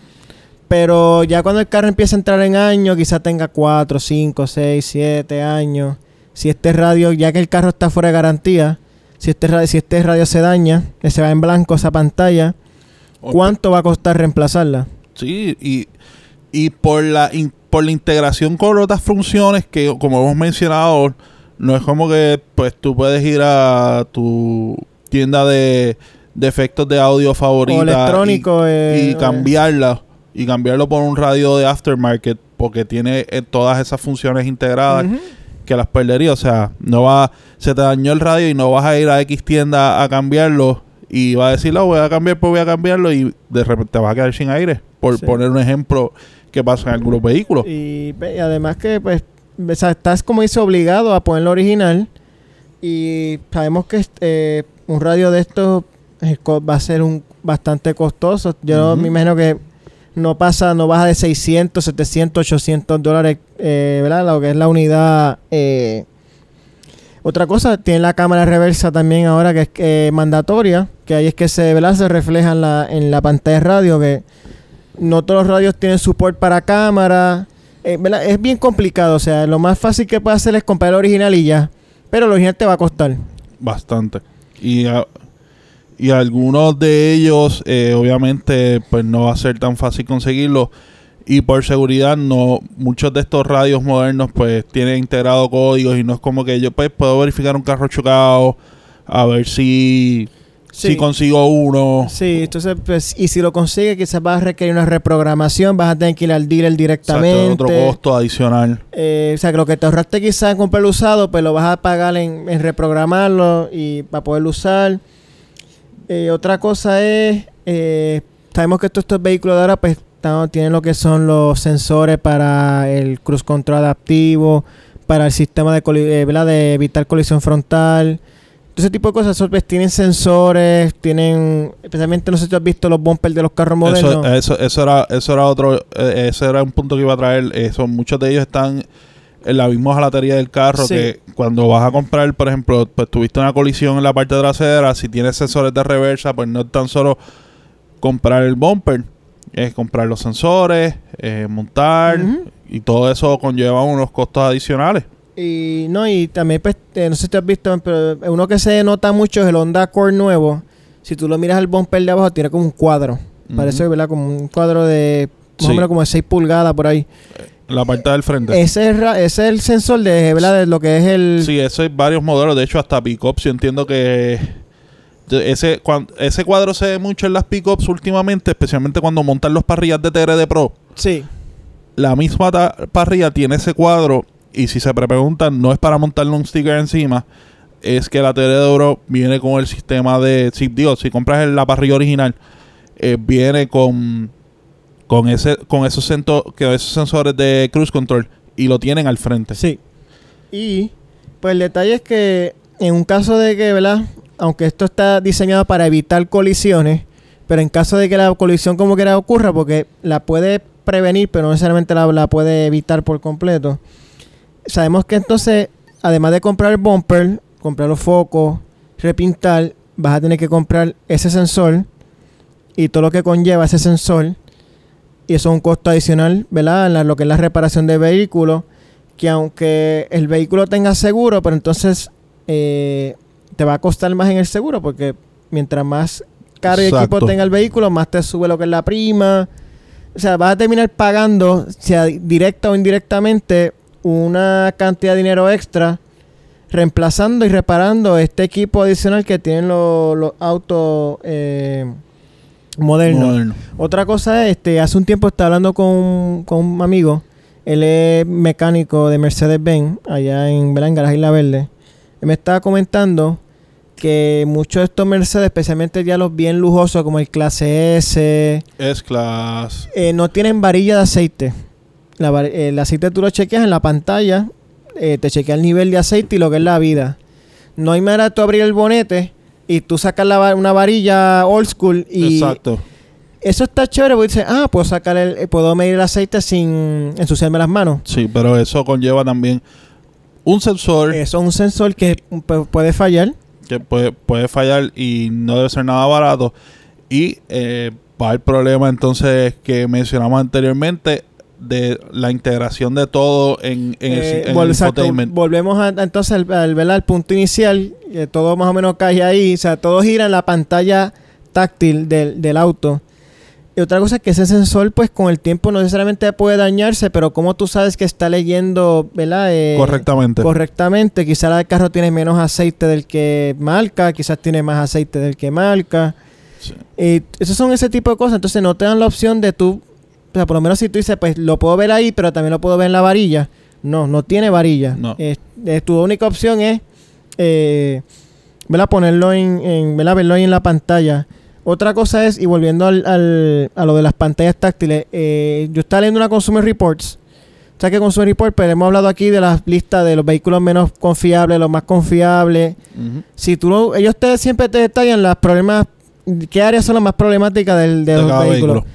Pero ya cuando el carro empieza a entrar en años, quizás tenga cuatro, cinco, seis, siete años. Si este radio, ya que el carro está fuera de garantía, Si este, radio, si este radio se daña, se va en blanco esa pantalla, ¿cuánto va a costar reemplazarla? Sí, y, y por la in, por la integración con otras funciones que, como hemos mencionado, no es como que pues tú puedes ir a tu tienda de, de efectos de audio favorita o electrónico, y, eh, y cambiarla y cambiarlo por un radio de aftermarket porque tiene eh, todas esas funciones integradas. Uh-huh. Que las perdería, o sea, no va, se te dañó el radio y no vas a ir a X tienda a cambiarlo y va a decir, no, voy a cambiar, pues voy a cambiarlo y de repente te vas a quedar sin aire, por sí. poner un ejemplo que pasa en algunos vehículos. Y, y además que, pues, o sea, estás como dice obligado a ponerlo original y sabemos que eh, un radio de estos eh, va a ser un bastante costoso. Yo uh-huh. me imagino que no pasa, no baja de seiscientos, setecientos, ochocientos dólares, eh, ¿verdad? Lo que es la unidad. Eh. Otra cosa, tiene la cámara reversa también ahora que es eh, mandatoria, que ahí es que se, ¿verdad? Se refleja en la, en la pantalla de radio, que no todos los radios tienen support para cámara. Eh, ¿verdad? Es bien complicado, o sea, lo más fácil que puede hacer es comprar el original y ya, pero el original te va a costar. Bastante. Y... Uh... Y algunos de ellos, eh, obviamente, pues no va a ser tan fácil conseguirlo. Y por seguridad, no muchos de estos radios modernos pues tienen integrado códigos y no es como que yo pues puedo verificar un carro chocado a ver si, sí. si consigo uno. Sí, entonces pues y si lo consigue quizás vas a requerir una reprogramación, vas a tener que ir al dealer directamente. Exacto, otro costo adicional. Eh, o sea, que lo que te ahorraste quizás en comprarlo usado, pues lo vas a pagar en, en reprogramarlo y para poderlo usar. Eh, otra cosa es, eh, sabemos que todos estos vehículos de ahora pues tienen lo que son los sensores para el cruise control adaptivo, para el sistema de, coli- eh, ¿verdad? de evitar colisión frontal. Ese tipo de cosas, eso, pues, tienen sensores, tienen, especialmente no sé si tú has visto los bumpers de los carros modernos. Eso, eso, eso era, eso era otro, eh, ese era un punto que iba a traer. Eso, muchos de ellos están en la misma jalatería del carro, sí. que cuando vas a comprar, por ejemplo, pues tuviste una colisión en la parte trasera, si tienes sensores de reversa, pues no es tan solo comprar el bumper, es comprar los sensores, eh, montar, uh-huh. y todo eso conlleva unos costos adicionales. Y no, y también, pues, eh, no sé si te has visto, pero uno que se nota mucho es el Honda Accord nuevo. Si tú lo miras el bumper de abajo, tiene como un cuadro. Uh-huh. Parece, ¿verdad? Como un cuadro de más sí. o menos como de seis pulgadas por ahí. La parte del frente. Ese es, ese es el sensor de, ¿verdad? De lo que es el... Sí, eso hay varios modelos. De hecho, hasta pick-ups. Yo entiendo que ese, cuando, ese cuadro se ve mucho en las pick-ups últimamente, especialmente cuando montan los parrillas de T R D Pro. Sí. La misma ta- parrilla tiene ese cuadro. Y si se preguntan, no es para montarle un sticker encima. Es que la T R D Pro viene con el sistema de... Si, digo, si compras la parrilla original, eh, viene con... Con ese, con esos, cento, que esos sensores de cruise control y lo tienen al frente. Sí. Y pues el detalle es que en un caso de que, ¿verdad? Aunque esto está diseñado para evitar colisiones, pero en caso de que la colisión como quiera ocurra, porque la puede prevenir, pero no necesariamente la, la puede evitar por completo. Sabemos que entonces, además de comprar el bumper, comprar los focos, repintar, vas a tener que comprar ese sensor y todo lo que conlleva ese sensor. Y eso es un costo adicional, ¿verdad? En la, lo que es la reparación de vehículos, que aunque el vehículo tenga seguro, pero entonces eh, te va a costar más en el seguro, porque mientras más caro y equipo tenga el vehículo, más te sube lo que es la prima. O sea, vas a terminar pagando, sea directa o indirectamente, una cantidad de dinero extra, reemplazando y reparando este equipo adicional que tienen los, los autos... Eh, Moderno. Moderno. Otra cosa es, este, hace un tiempo estaba hablando con, con un amigo. Él es mecánico de Mercedes-Benz, allá en, ¿verdad? en Garaje Isla Verde. Él me estaba comentando que muchos de estos Mercedes, especialmente ya los bien lujosos, como el Clase S, S-Class, eh, no tienen varilla de aceite. La var- el aceite tú lo chequeas en la pantalla, eh, te chequea el nivel de aceite y lo que es la vida. No hay manera de tú abrir el bonete y tú sacas la, una varilla old school y... Exacto. Eso está chévere porque dices, ah, puedo sacar el, puedo medir el aceite sin ensuciarme las manos. Sí, pero eso conlleva también un sensor. Eso es un sensor que p- puede fallar. Que puede, puede fallar y no debe ser nada barato. Y eh, va el problema entonces que mencionamos anteriormente de la integración de todo en, en eh, el, en vol- el exacto, infotainment. Volvemos a, entonces al, al, al, al punto inicial, que todo más o menos cae ahí. O sea, todo gira en la pantalla táctil del, del auto. Y otra cosa es que ese sensor, pues, con el tiempo no necesariamente puede dañarse, pero como tú sabes que está leyendo, ¿verdad? Eh, correctamente. Correctamente. Quizás el carro tiene menos aceite del que marca, quizás tiene más aceite del que marca. Sí. Y esos son ese tipo de cosas. Entonces no te dan la opción de tú, o sea, por lo menos si tú dices, pues, lo puedo ver ahí, pero también lo puedo ver en la varilla. No, no tiene varilla. No. Eh, eh, tu única opción es, eh, ¿verdad? Ponerlo en, en, ¿verdad? Verlo ahí en la pantalla. Otra cosa es, y volviendo al, al, a lo de las pantallas táctiles, eh, yo estaba leyendo una Consumer Reports. O sea que Consumer Reports, pero hemos hablado aquí de las listas de los vehículos menos confiables, los más confiables. Uh-huh. Si tú lo, ellos te, siempre te detallan los problemas, qué áreas son las más problemáticas del, de, de los vehículos. Vehículo.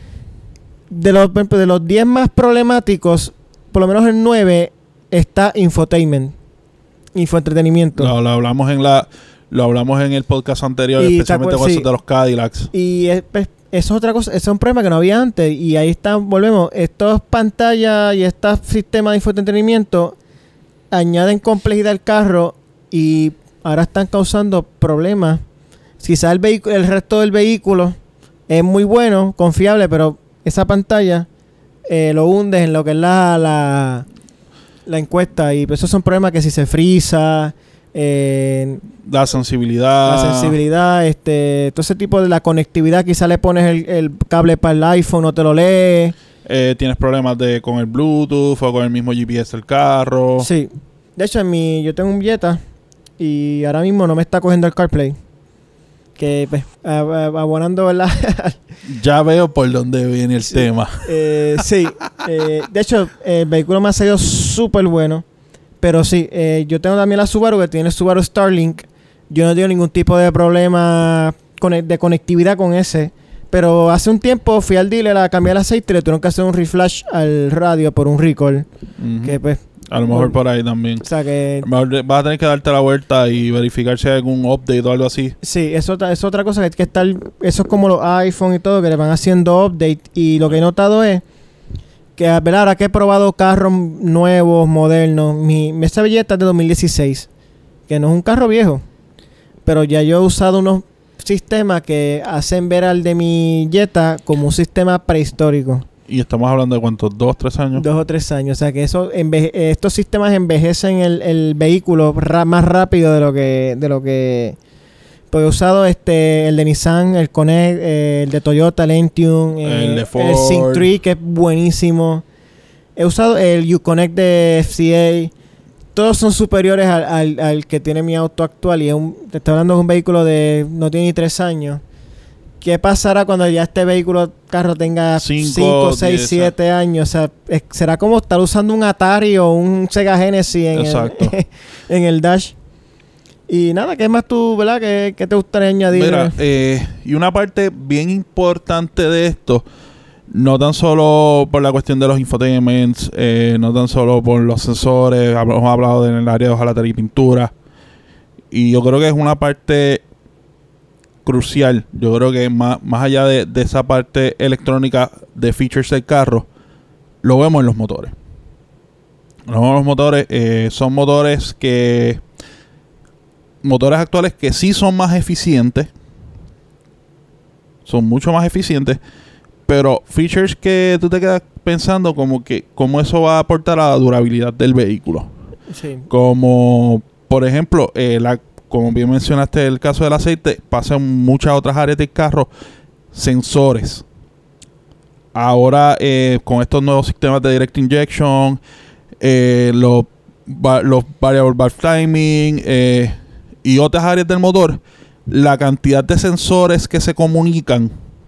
De los de los diez más problemáticos, por lo menos en nueve está infotainment, infoentretenimiento. No, lo hablamos en la... Lo hablamos en el podcast anterior, y especialmente con sí. eso de los Cadillacs. Y es, pues, eso es otra cosa, eso es un problema que no había antes. Y ahí están, volvemos, estas pantallas y estos sistemas de infoentretenimiento añaden complejidad al carro y ahora están causando problemas. Quizás el vehículo, el resto del vehículo es muy bueno, confiable, pero esa pantalla eh, lo hundes en lo que es la, la, la encuesta. Y pues esos son problemas que si se frisa, eh, la sensibilidad. La sensibilidad, este, todo ese tipo de la conectividad, quizá le pones el, el cable para el iPhone, no te lo lee. Eh, tienes problemas de con el Bluetooth o con el mismo G P S del carro. Sí. De hecho, en mi, yo tengo un Jetta y ahora mismo no me está cogiendo el CarPlay. Que, pues, abonando, ¿verdad? Ya veo por dónde viene el sí. tema. Eh, sí. Eh, de hecho, el vehículo me ha salido súper bueno. Pero sí, eh, yo tengo también la Subaru, que tiene Subaru Starlink. Yo no tengo ningún tipo de problema de conectividad con ese. Pero hace un tiempo fui al dealer a cambiar el aceite y le tuvieron que hacer un reflash al radio por un recall. Uh-huh. Que pues... A lo mejor por ahí también. O sea que... Vas a tener que darte la vuelta y verificar si hay algún update o algo así. Sí, eso es otra cosa que hay que estar... Eso es como los iPhone y todo, que le van haciendo update. Y lo que he notado es que, ¿verdad? Ahora que he probado carros nuevos, modernos, mi, esa belleta es de dos mil dieciséis, que no es un carro viejo. Pero ya yo he usado unos sistemas que hacen ver al de mi Jetta como un sistema prehistórico. Y estamos hablando de cuántos, dos, tres años. Dos o tres años. O sea que eso enveje- estos sistemas envejecen el, el vehículo ra- más rápido de lo que, de lo que. Pues he usado este, el de Nissan, el Connect, eh, el de Toyota, el Entium, eh, el de Ford, el Sync tres, que es buenísimo. He usado el Uconnect de F C A. Todos son superiores al, al, al que tiene mi auto actual. Y es un, te estoy hablando de un vehículo de no tiene ni tres años. ¿Qué pasará cuando ya este vehículo, carro, tenga cinco, seis, siete años? O sea, es, será como estar usando un Atari o un Sega Genesis en, el, en el dash. Y nada, ¿qué más tú, verdad? ¿Qué, qué te gustaría añadir? Mira, eh, y una parte bien importante de esto, no tan solo por la cuestión de los infotainments, eh, no tan solo por los sensores, hemos hablado del área de hojalatería y pintura. Y yo creo que es una parte crucial. Yo creo que más, más allá de, de esa parte electrónica de features del carro, lo vemos en los motores. Lo vemos en los motores. Eh, son motores que... Motores actuales que sí son más eficientes. Son mucho más eficientes. Pero features que tú te quedas pensando como que... Cómo eso va a aportar a la durabilidad del vehículo. Sí. Como... Por ejemplo, eh, la... Como bien mencionaste el caso del aceite, pasa en muchas otras áreas del carro, sensores. Ahora, eh, con estos nuevos sistemas de direct injection, eh, los, los variable valve timing eh, y otras áreas del motor, la cantidad de sensores que se comunican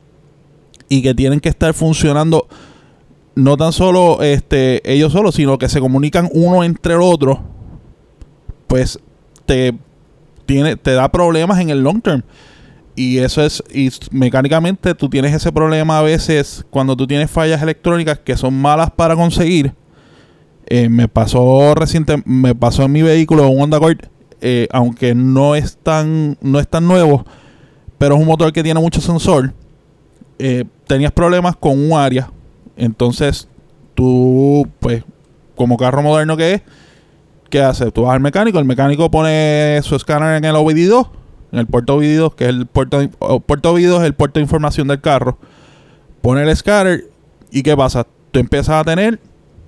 y que tienen que estar funcionando, no tan solo este, ellos solos, sino que se comunican uno entre el otro, pues te... Tiene, te da problemas en el long term. Y eso es, y mecánicamente tú tienes ese problema a veces cuando tú tienes fallas electrónicas que son malas para conseguir. Eh, me pasó reciente, me pasó en mi vehículo un Honda Accord, eh, aunque no es tan, no es tan nuevo, pero es un motor que tiene mucho sensor. Eh, tenías problemas con un área. Entonces, tú, pues, como carro moderno que es, ¿qué hace? Tú vas al mecánico, el mecánico pone su escáner en el O B D dos, en el puerto O B D dos, que es el puerto, o puerto O B D dos es el puerto de información del carro. Pone el escáner y ¿qué pasa? Tú empiezas a tener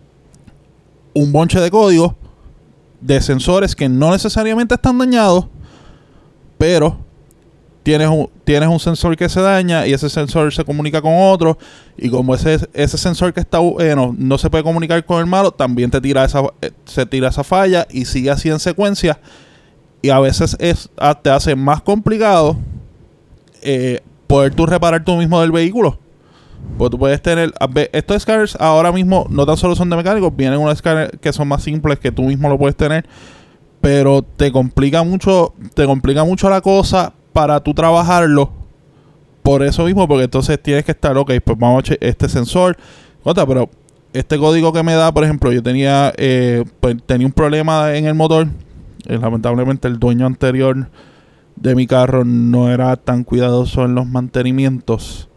un bonche de códigos de sensores que no necesariamente están dañados, pero tienes un, tienes un sensor que se daña y ese sensor se comunica con otro, y como ese, ese sensor que está bueno no se puede comunicar con el malo, también te tira esa, se tira esa falla y sigue así en secuencia, y a veces es, te hace más complicado eh, poder tú reparar tú mismo del vehículo. Porque tú puedes tener... Estos escáneres ahora mismo no tan solo son de mecánicos, vienen unos escáneres que son más simples, que tú mismo lo puedes tener, pero te complica mucho, te complica mucho la cosa para tú trabajarlo. Por eso mismo, porque entonces tienes que estar, ok, pues vamos a echar este sensor, otra, pero este código que me da, por ejemplo, yo tenía eh, pues, tenía un problema en el motor. Eh, lamentablemente el dueño anterior de mi carro no era tan cuidadoso en los mantenimientos.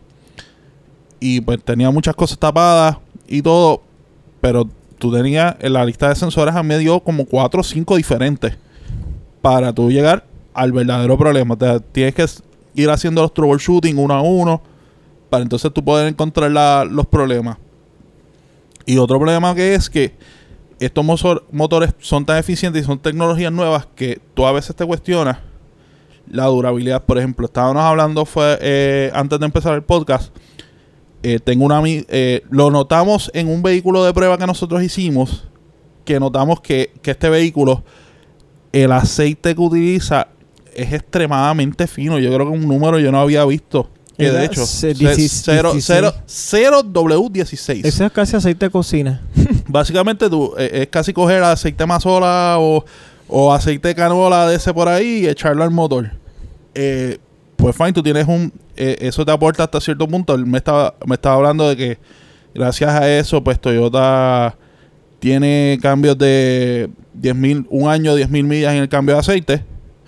Y pues tenía muchas cosas tapadas y todo, pero tú tenías en la lista de sensores, a mí me dio como cuatro o cinco diferentes para tú llegar al verdadero problema. Te, tienes que ir haciendo los troubleshooting uno a uno para entonces tú poder encontrar la, los problemas. Y otro problema que es que estos motor, motores son tan eficientes y son tecnologías nuevas que tú a veces te cuestionas la durabilidad. Por ejemplo, estábamos hablando fue eh, antes de empezar el podcast. Eh, tengo una eh, lo notamos en un vehículo de prueba que nosotros hicimos, que notamos que, que este vehículo, el aceite que utiliza es extremadamente fino. Yo creo que un número yo no había visto. Que de hecho, cero W dieciséis. Eso es casi aceite de cocina. Básicamente tú, eh, es casi coger aceite de mazola o, o aceite de canola de ese por ahí y echarlo al motor. Eh, pues fine, tú tienes un... Eh, eso te aporta hasta cierto punto. Él me estaba, me estaba hablando de que gracias a eso, pues Toyota tiene cambios de diez mil, un año, diez mil millas en el cambio de aceite.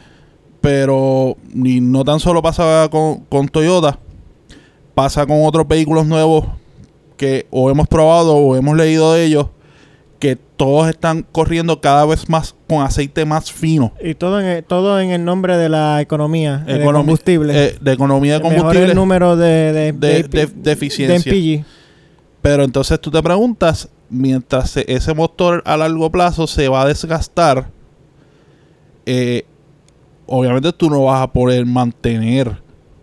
Pero ni no tan solo pasa con, con Toyota, pasa con otros vehículos nuevos que o hemos probado o hemos leído de ellos, que todos están corriendo cada vez más con aceite más fino. Y todo en el, todo en el nombre de la economía, Economi- de combustible. Eh, de economía de combustible. Mejor el número de, de, de, de, de, de eficiencia. De M P G. Pero entonces tú te preguntas, mientras se, ese motor a largo plazo se va a desgastar, eh, obviamente tú no vas a poder mantener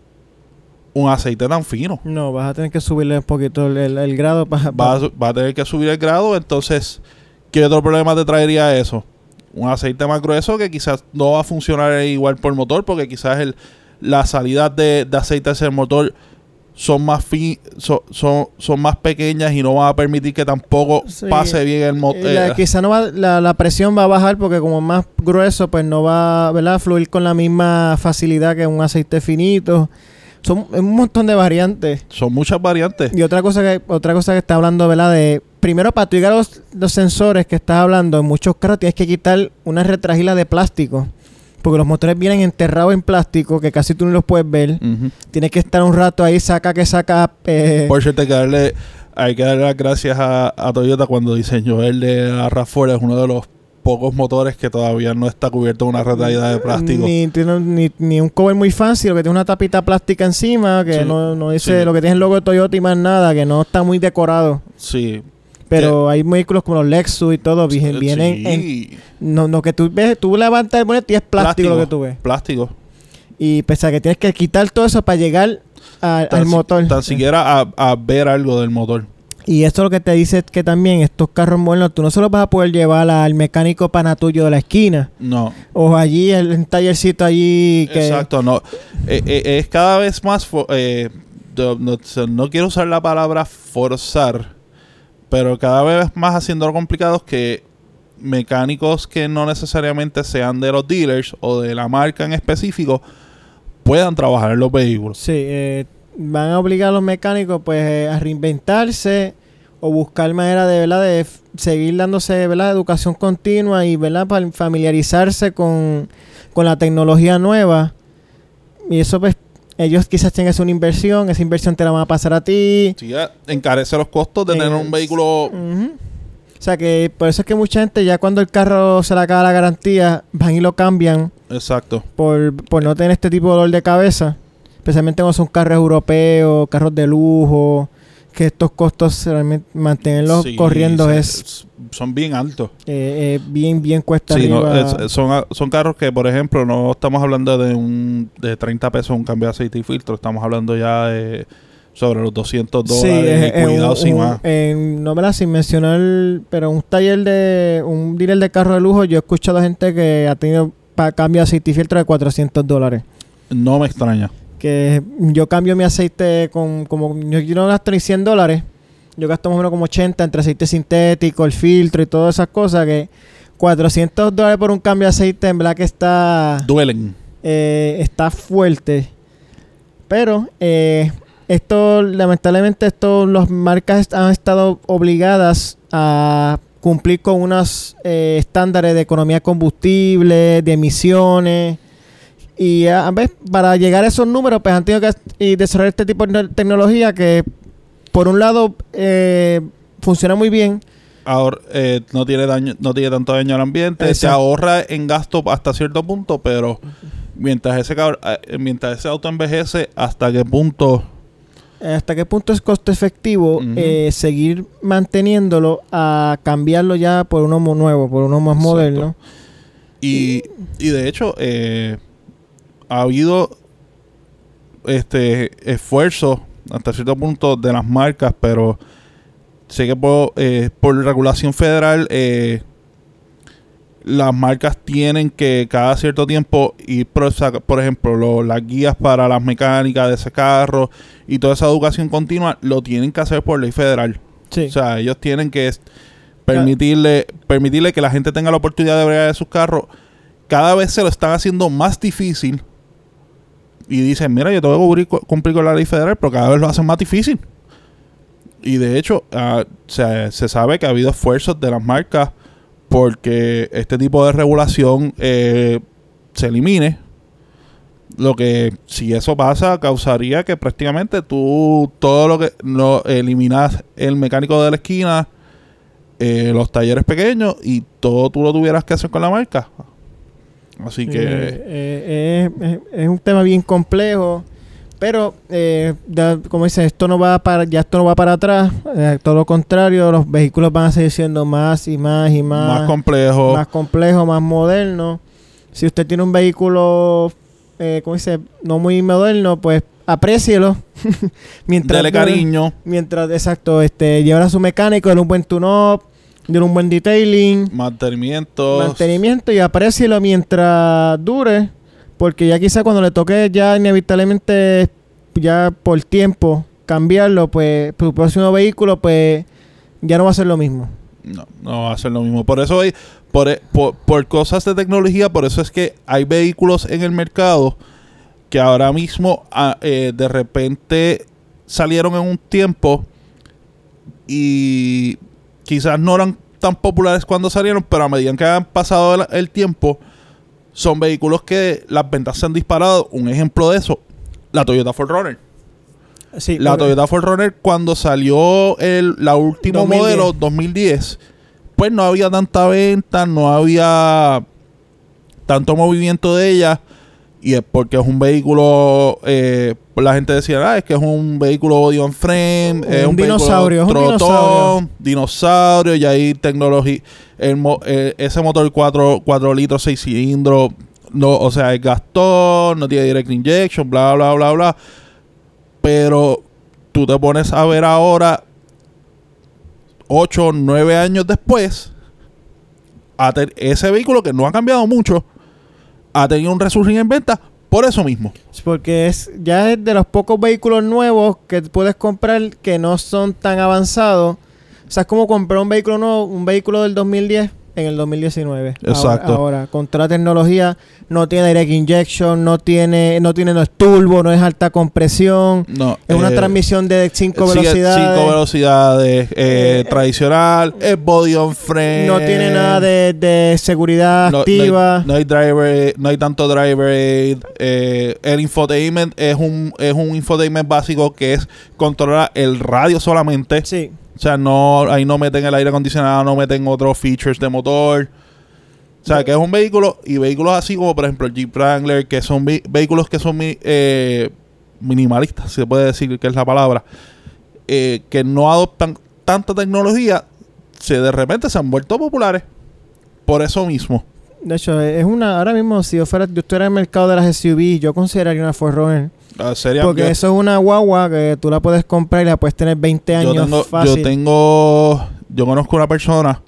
un aceite tan fino. No, vas a tener que subirle un poquito el, el, el grado. Para, vas, a, vas a tener que subir el grado. Entonces, ¿qué otro problema te traería eso? Un aceite más grueso que quizás no va a funcionar igual por motor, porque quizás el, las salidas de, de aceite hacia el motor son más fin, son, son, son más pequeñas y no van a permitir que tampoco sí, pase bien el motor. Eh, quizás no va, la, la presión va a bajar porque como más grueso, pues no va, ¿verdad?, a fluir con la misma facilidad que un aceite finito. Son un montón de variantes. Son muchas variantes. Y otra cosa que otra cosa que está hablando, ¿verdad? De primero, para tú llegar a los, los sensores que estás hablando, en muchos carros tienes que quitar una retragila de plástico. Porque los motores vienen enterrados en plástico, que casi tú no los puedes ver. Uh-huh. Tienes que estar un rato ahí, saca que saca. Eh. Por cierto, hay que darle, hay que darle las gracias a, a Toyota cundo diseñó el de la RAV cuatro. Es uno de los pocos motores que todavía no está cubierto con una retraída de plástico. Ni, tiene, ni, ni un cover muy fancy, lo que tiene una tapita plástica encima, que sí, no, no dice sí. Lo que tiene el logo de Toyota y más nada, que no está muy decorado. Sí. Pero que hay vehículos como los Lexus y todo, vienen, vienen sí. en... No, no, que tú ves, tú levantas el bonete y es plástico, plástico lo que tú ves. Plástico. Y pese a que tienes que quitar todo eso para llegar a, al si, motor. Tan sí. siquiera a, a ver algo del motor. Y esto lo que te dice es que también estos carros modernos tú no solo vas a poder llevar al mecánico pana tuyo de la esquina. No. O allí, el, el tallercito allí. Que exacto, no. eh, eh, es cada vez más... Eh, no, no, no quiero usar la palabra forzar, pero cada vez más haciéndolo complicado que mecánicos que no necesariamente sean de los dealers o de la marca en específico puedan trabajar en los vehículos. Sí, eh, van a obligar a los mecánicos pues eh, a reinventarse o buscar manera de, ¿verdad?, de f- seguir dándose, ¿verdad?, educación continua y, ¿verdad?, para familiarizarse con, con la tecnología nueva. Y eso pues ellos quizás tengan una inversión, esa inversión te la van a pasar a ti. Sí, encarece los costos de eh, tener un vehículo. Uh-huh. O sea que por eso es que mucha gente ya cuando el carro se le acaba la garantía van y lo cambian. Exacto. Por, por no tener este tipo de dolor de cabeza. Especialmente cuando son carros europeos, carros de lujo, que estos costos realmente mantenerlos sí, corriendo se, es... Son bien altos. Eh, eh, bien, bien cuesta sí, arriba. No, es, son, son carros que, por ejemplo, no estamos hablando de un de treinta pesos un cambio de aceite y filtro. Estamos hablando ya de sobre los doscientos dólares sí, y cuidados y más. En, no me la sin mencionar, pero un taller de... Un dealer de carro de lujo, yo he escuchado gente que ha tenido para cambio de aceite y filtro de cuatrocientos dólares. No me extraña. Que yo cambio mi aceite con... como yo, yo no gasto ni cien dólares. Yo gasto más o menos como ochenta entre aceite sintético, el filtro y todas esas cosas. Que cuatrocientos dólares por un cambio de aceite, en verdad que está... Duelen. Eh, está fuerte. Pero eh, esto, lamentablemente, esto, las marcas han estado obligadas a cumplir con unos eh, estándares de economía de combustible, de emisiones. Y a ver, para llegar a esos números, pues han tenido que y desarrollar este tipo de tecnología que, por un lado, eh, funciona muy bien. Ahora, eh, no tiene daño, no tiene tanto daño al ambiente. Exacto. Se ahorra en gasto hasta cierto punto, pero uh-huh. mientras ese eh, mientras ese auto envejece, ¿hasta qué punto hasta qué punto es costo efectivo uh-huh. eh, seguir manteniéndolo a cambiarlo ya por uno nuevo, por uno más Exacto. moderno. Y, y de hecho, eh, ha habido este esfuerzos hasta cierto punto de las marcas, pero sé que por, eh, por regulación federal eh, las marcas tienen que cada cierto tiempo ir por, por ejemplo lo, las guías para las mecánicas de ese carro y toda esa educación continua lo tienen que hacer por ley federal. Sí. O sea, ellos tienen que permitirle permitirle que la gente tenga la oportunidad de bregar de sus carros. Cada vez se lo están haciendo más difícil y dicen, mira, yo tengo que cumplir, cumplir con la ley federal, pero cada vez lo hacen más difícil. Y de hecho, uh, se, se sabe que ha habido esfuerzos de las marcas porque este tipo de regulación eh, se elimine. Lo que, si eso pasa, causaría que prácticamente tú todo lo que lo eliminas el mecánico de la esquina, eh, los talleres pequeños y todo tú lo tuvieras que hacer con la marca. Así que... Eh, eh, eh, es un tema bien complejo. Pero, eh, ya, como dice, esto no va para, ya esto no va para atrás. Eh, todo lo contrario, los vehículos van a seguir siendo más y más y más... Más complejos. Más complejos, más modernos. Si usted tiene un vehículo, eh, como dice, no muy moderno, pues aprécielo. mientras Dele cariño. Mientras, exacto, este, llevar a su mecánico, denle un buen tune-up, denle un buen detailing. Mantenimiento. Mantenimiento y aprécielo mientras dure. Porque ya quizá cuando le toque ya inevitablemente, ya por tiempo, cambiarlo, pues su próximo vehículo, pues ya no va a ser lo mismo. No, no va a ser lo mismo. Por eso hay, por, por, por cosas de tecnología, por eso es que hay vehículos en el mercado que ahora mismo a, eh, de repente salieron en un tiempo y quizás no eran tan populares cuando salieron, pero a medida que han pasado el, el tiempo, son vehículos que las ventas se han disparado. Un ejemplo de eso, la Toyota four runner. Sí, la porque... Toyota four runner cuando salió el la último dos mil diez. Modelo dos mil diez, pues no había tanta venta, no había tanto movimiento de ella. Y es porque es un vehículo, eh, la gente decía, ah, es que es un vehículo body on frame, un es un dinosaurio, vehículo es un trotón, dinosaurio, dinosaurio, y ahí tecnología, el mo eh, ese motor cuatro litros, seis cilindros, no, o sea, es gastón, no tiene direct injection, bla, bla, bla, bla. Pero tú te pones a ver ahora, ocho, nueve años después, a ese vehículo que no ha cambiado mucho, ha tenido un resurgir en venta por eso mismo. Porque es ya es de los pocos vehículos nuevos que puedes comprar que no son tan avanzados. O sea, es como comprar un vehículo nuevo, un vehículo del dos mil diez en el dos mil diecinueve. Exacto. Ahora, ahora con toda la tecnología, no tiene direct injection, no tiene, no tiene, no es turbo, no es alta compresión. No. Es eh, una transmisión de cinco velocidades. cinco velocidades, eh, eh, tradicional, eh, es body on frame. No tiene nada de, de seguridad no, activa. No hay, no hay driver, no hay tanto driver aid. Eh, el infotainment es un, es un infotainment básico que es controlar el radio solamente. Sí. O sea, no, ahí no meten el aire acondicionado, no meten otros features de motor. O sea, que es un vehículo, y vehículos así como, por ejemplo, el Jeep Wrangler, que son vi vehículos que son mi eh, minimalistas, si se puede decir que es la palabra, eh, que no adoptan tanta tecnología, se de repente se han vuelto populares por eso mismo. De hecho, es una, ahora mismo, si yo fuera, yo estuviera en el mercado de las S U V, yo consideraría una four runner. Uh, sería porque que eso es una guagua que tú la puedes comprar y la puedes tener veinte años yo tengo, fácil. Yo tengo, yo conozco una persona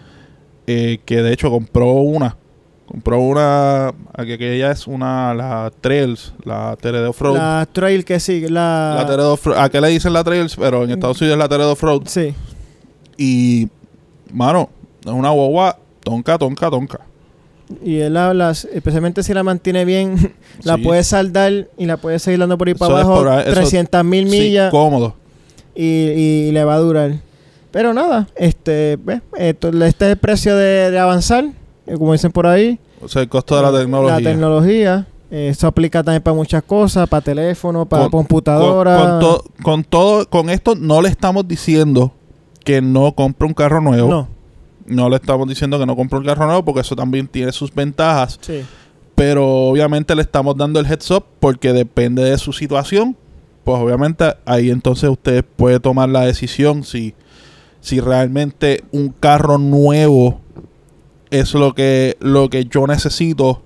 eh, que de hecho compró una, compró una, que, que ella es una, la Trails, la T R D Off-Road. La Trail que sí, la... La T R D Off-Road, ¿a qué le dicen la Trails? Pero en Estados Unidos es la T R D Off-Road. Sí. Y, mano, es una guagua tonca, tonca, tonca. Y él habla, especialmente si la mantiene bien, la sí. puede saldar y la puede seguir dando por ahí para eso abajo trescientas mil millas. Sí, cómodo. Y, y, y le va a durar. Pero nada, este, ¿ves? Esto, este es el precio de, de avanzar, eh, como dicen por ahí. O sea, el costo de la tecnología. La tecnología. Eh, eso aplica también para muchas cosas, para teléfono, para con, computadora. Con, con, to, con todo, con esto no le estamos diciendo que no compre un carro nuevo. No. No le estamos diciendo que no compre un carro nuevo porque eso también tiene sus ventajas. Sí. Pero obviamente le estamos dando el heads up porque depende de su situación. pues obviamente ahí entonces usted puede tomar la decisión si, si realmente un carro nuevo es lo que, lo que yo necesito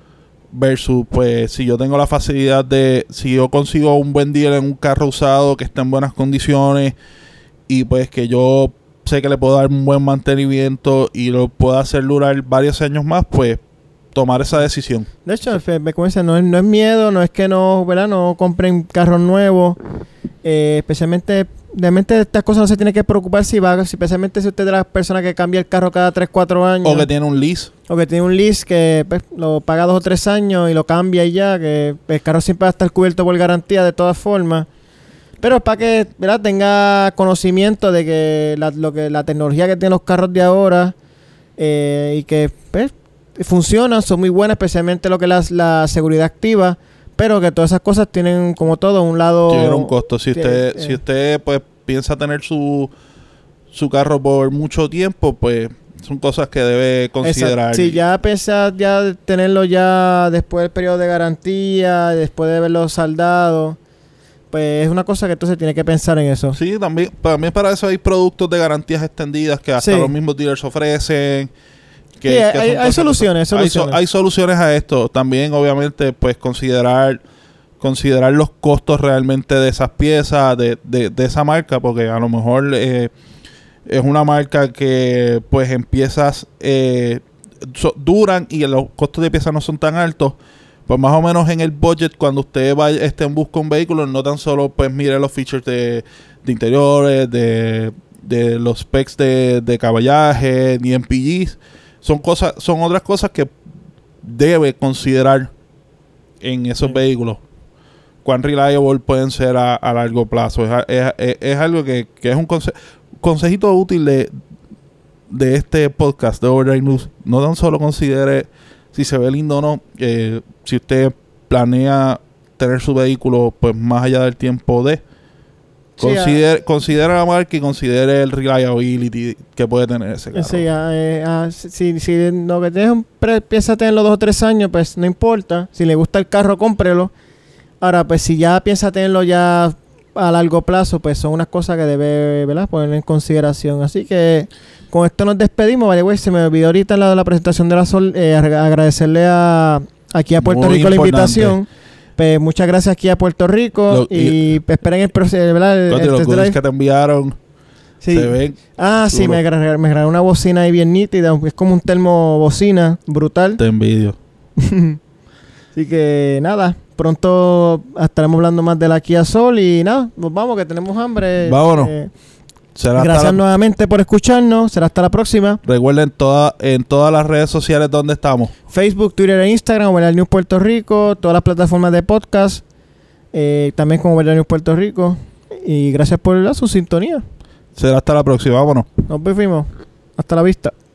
versus pues si yo tengo la facilidad de, si yo consigo un buen deal en un carro usado que esté en buenas condiciones y pues que yo sé que le puedo dar un buen mantenimiento y lo puedo hacer durar varios años más, pues tomar esa decisión. De hecho, me comienza, no es, no es miedo, no es que no, ¿verdad? No compren carros nuevos. Eh, especialmente, realmente de estas cosas no se tiene que preocupar si va, si, especialmente si usted es de las personas que cambia el carro cada tres, cuatro años. O que tiene un lease. O que tiene un lease que pues, lo paga dos o tres años y lo cambia y ya, que el carro siempre va a estar cubierto por garantía de todas formas. Pero para que, ¿verdad?, tenga conocimiento de que la, lo que la tecnología que tienen los carros de ahora eh, y que pues, funcionan, son muy buenas, especialmente lo que es la, la seguridad activa, pero que todas esas cosas tienen como todo un lado... Tiene un costo. Si que, usted, eh, si usted pues piensa tener su, su carro por mucho tiempo, pues son cosas que debe considerar. Si ya piensa ya tenerlo ya después del periodo de garantía, después de haberlo saldado, pues es una cosa que entonces tiene que pensar en eso. Sí, también, también para eso hay productos de garantías extendidas que hasta sí. los mismos dealers ofrecen. Que, sí, que hay, hay soluciones, soluciones. Hay, so, hay soluciones a esto. También, obviamente, pues considerar considerar los costos realmente de esas piezas, de, de, de esa marca, porque a lo mejor eh, es una marca que pues en piezas eh, so, duran y los costos de piezas no son tan altos. Pues más o menos en el budget, cuando usted vaya, esté en busca de un vehículo, no tan solo pues mire los features de, de interiores, de, de los specs de, de caballaje, ni M P Gs. Son cosas, son otras cosas que debe considerar en esos sí. vehículos. Cuán reliable pueden ser a, a largo plazo. Es, es, es, es algo que, que es un conse consejito útil de, de este podcast de Overdrive News. No tan solo considere si se ve lindo o no. Eh, si usted planea tener su vehículo pues más allá del tiempo de... Considere, sí, uh, considera la marca y considere el reliability que puede tener ese carro. Sí, uh, eh, uh, si, si lo que tienes piensa tenerlo dos o tres años, pues no importa. Si le gusta el carro, cómprelo. Ahora, pues si ya piensa tenerlo ya a largo plazo, pues son unas cosas que debe, ¿verdad?, poner en consideración. Así que con esto nos despedimos. Vale, güey, se me olvidó ahorita la, la presentación de la Sol, eh, agradecerle a aquí a Puerto Muy Rico importante. la invitación. Pues muchas gracias aquí a Puerto Rico lo, y, y esperen el proceso, ¿verdad? El, el los goodies que te enviaron sí. se ven. Ah, duro. sí, me regalaron me una bocina ahí bien nítida, es como un termo bocina brutal. Te envidio. Así que nada, pronto estaremos hablando más de la Kia Soul y nada, nos vamos que tenemos hambre. Vámonos. Eh, Será Gracias la... nuevamente por escucharnos. Será hasta la próxima. Recuerden toda, en todas las redes sociales donde estamos. Facebook, Twitter e Instagram, Overdrive News Puerto Rico. Todas las plataformas de podcast. Eh, también como Overdrive News Puerto Rico. Y gracias por la, su sintonía. Será hasta la próxima. Vámonos. Nos vemos. Hasta la vista.